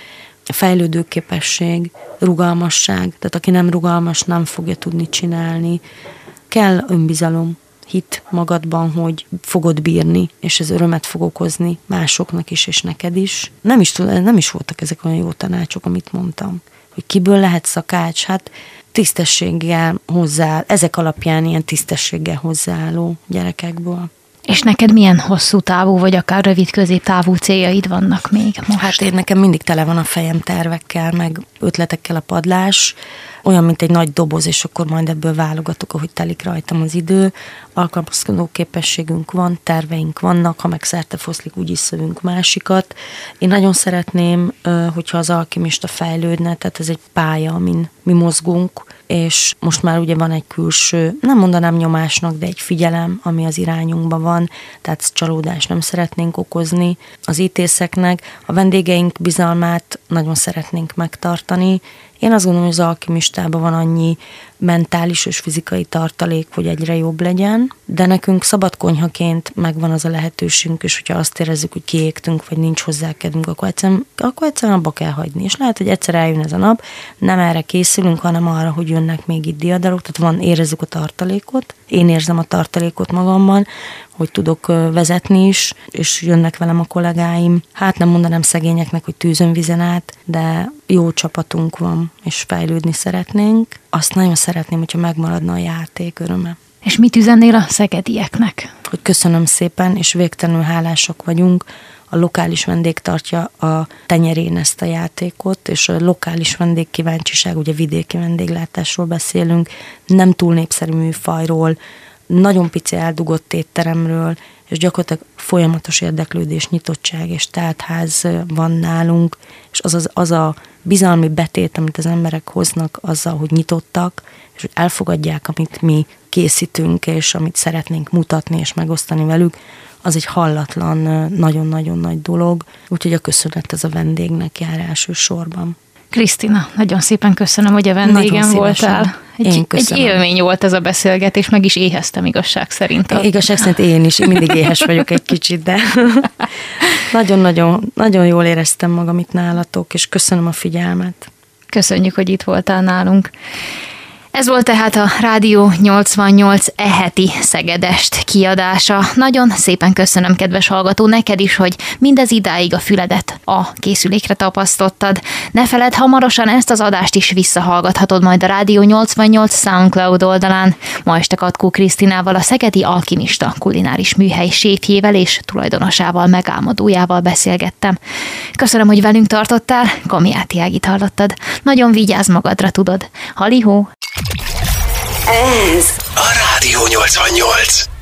D: fejlődőképesség, rugalmasság, tehát aki nem rugalmas, nem fogja tudni csinálni. Kell önbizalom, hit magadban, hogy fogod bírni, és ez örömet fog okozni másoknak is, és neked is. Nem is, nem is voltak ezek olyan jó tanácsok, amit mondtam. Hogy kiből lehet szakács? Hát tisztességgel hozzá, ezek alapján ilyen tisztességgel hozzáálló gyerekekből.
C: És neked milyen hosszú távú, vagy akár rövid középtávú céljaid vannak még most?
D: Hát én nekem mindig tele van a fejem tervekkel, meg ötletekkel a padlás, olyan, mint egy nagy doboz, és akkor majd ebből válogatok, ahogy telik rajtam az idő. Alkalmazkodó képességünk van, terveink vannak, ha meg szerte foszlik, úgyis szövünk másikat. Én nagyon szeretném, hogyha az alkimista fejlődne, tehát ez egy pálya, amin mi mozgunk, és most már ugye van egy külső, nem mondanám nyomásnak, de egy figyelem, ami az irányunkban van, tehát csalódást nem szeretnénk okozni az ítészeknek. A vendégeink bizalmát nagyon szeretnénk megtartani. Én azt gondolom, hogy az alkimistában van annyi mentális és fizikai tartalék, hogy egyre jobb legyen, de nekünk szabad konyhaként megvan az a lehetőségünk, és hogyha azt érezzük, hogy kiégtünk, vagy nincs hozzá kedvünk, akkor egyszerűen, akkor egyszerűen abba kell hagyni. És lehet, hogy egyszer eljön ez a nap, nem erre készülünk, hanem arra, hogy jönnek még itt diadalok, tehát van, érezzük a tartalékot, én érzem a tartalékot magamban, hogy tudok vezetni is, és jönnek velem a kollégáim. Hát nem mondanám szegényeknek, hogy tűzön vizen át, de jó csapatunk van, és fejlődni szeretnénk. Azt nagyon szeretném, hogyha megmaradna a játék öröme.
C: És mit üzennél a szegedieknek?
D: Hogy köszönöm szépen, és végtelenül hálásak vagyunk. A lokális vendég tartja a tenyerén ezt a játékot, és a lokális vendégkíváncsiság, ugye vidéki vendéglátásról beszélünk, nem túl népszerű műfajról, nagyon pici eldugott étteremről, és gyakorlatilag folyamatos érdeklődés, nyitottság és teltház van nálunk, és az, az, az a bizalmi betét, amit az emberek hoznak azzal, hogy nyitottak, és hogy elfogadják, amit mi készítünk, és amit szeretnénk mutatni és megosztani velük, az egy hallatlan, nagyon-nagyon nagy dolog, úgyhogy a köszönet ez a vendégnek jár elsősorban.
C: Krisztina, nagyon szépen köszönöm, hogy a vendégem voltál. Egy, egy élmény volt ez a beszélgetés, meg is éheztem igazság szerint.
D: A... Igazság szerint én is, én mindig éhes vagyok egy kicsit, de nagyon-nagyon nagyon jól éreztem magam itt nálatok, és köszönöm a figyelmet.
C: Köszönjük, hogy itt voltál nálunk. Ez volt tehát a Rádió nyolcvannyolc e-heti Szegedest kiadása. Nagyon szépen köszönöm, kedves hallgató, neked is, hogy mindez idáig a füledet a készülékre tapasztottad. Ne feledd, hamarosan ezt az adást is visszahallgathatod majd a Rádió nyolcvannyolc SoundCloud oldalán. Ma este Katkó Krisztinával, a Szegedi Alkimista kulináris műhely séfjével és tulajdonosával, megálmodójával beszélgettem. Köszönöm, hogy velünk tartottál, Kamiáti Ágit hallottad. Nagyon vigyázz magadra, tudod. Halihó!
A: Ez a Rádió nyolcvannyolc.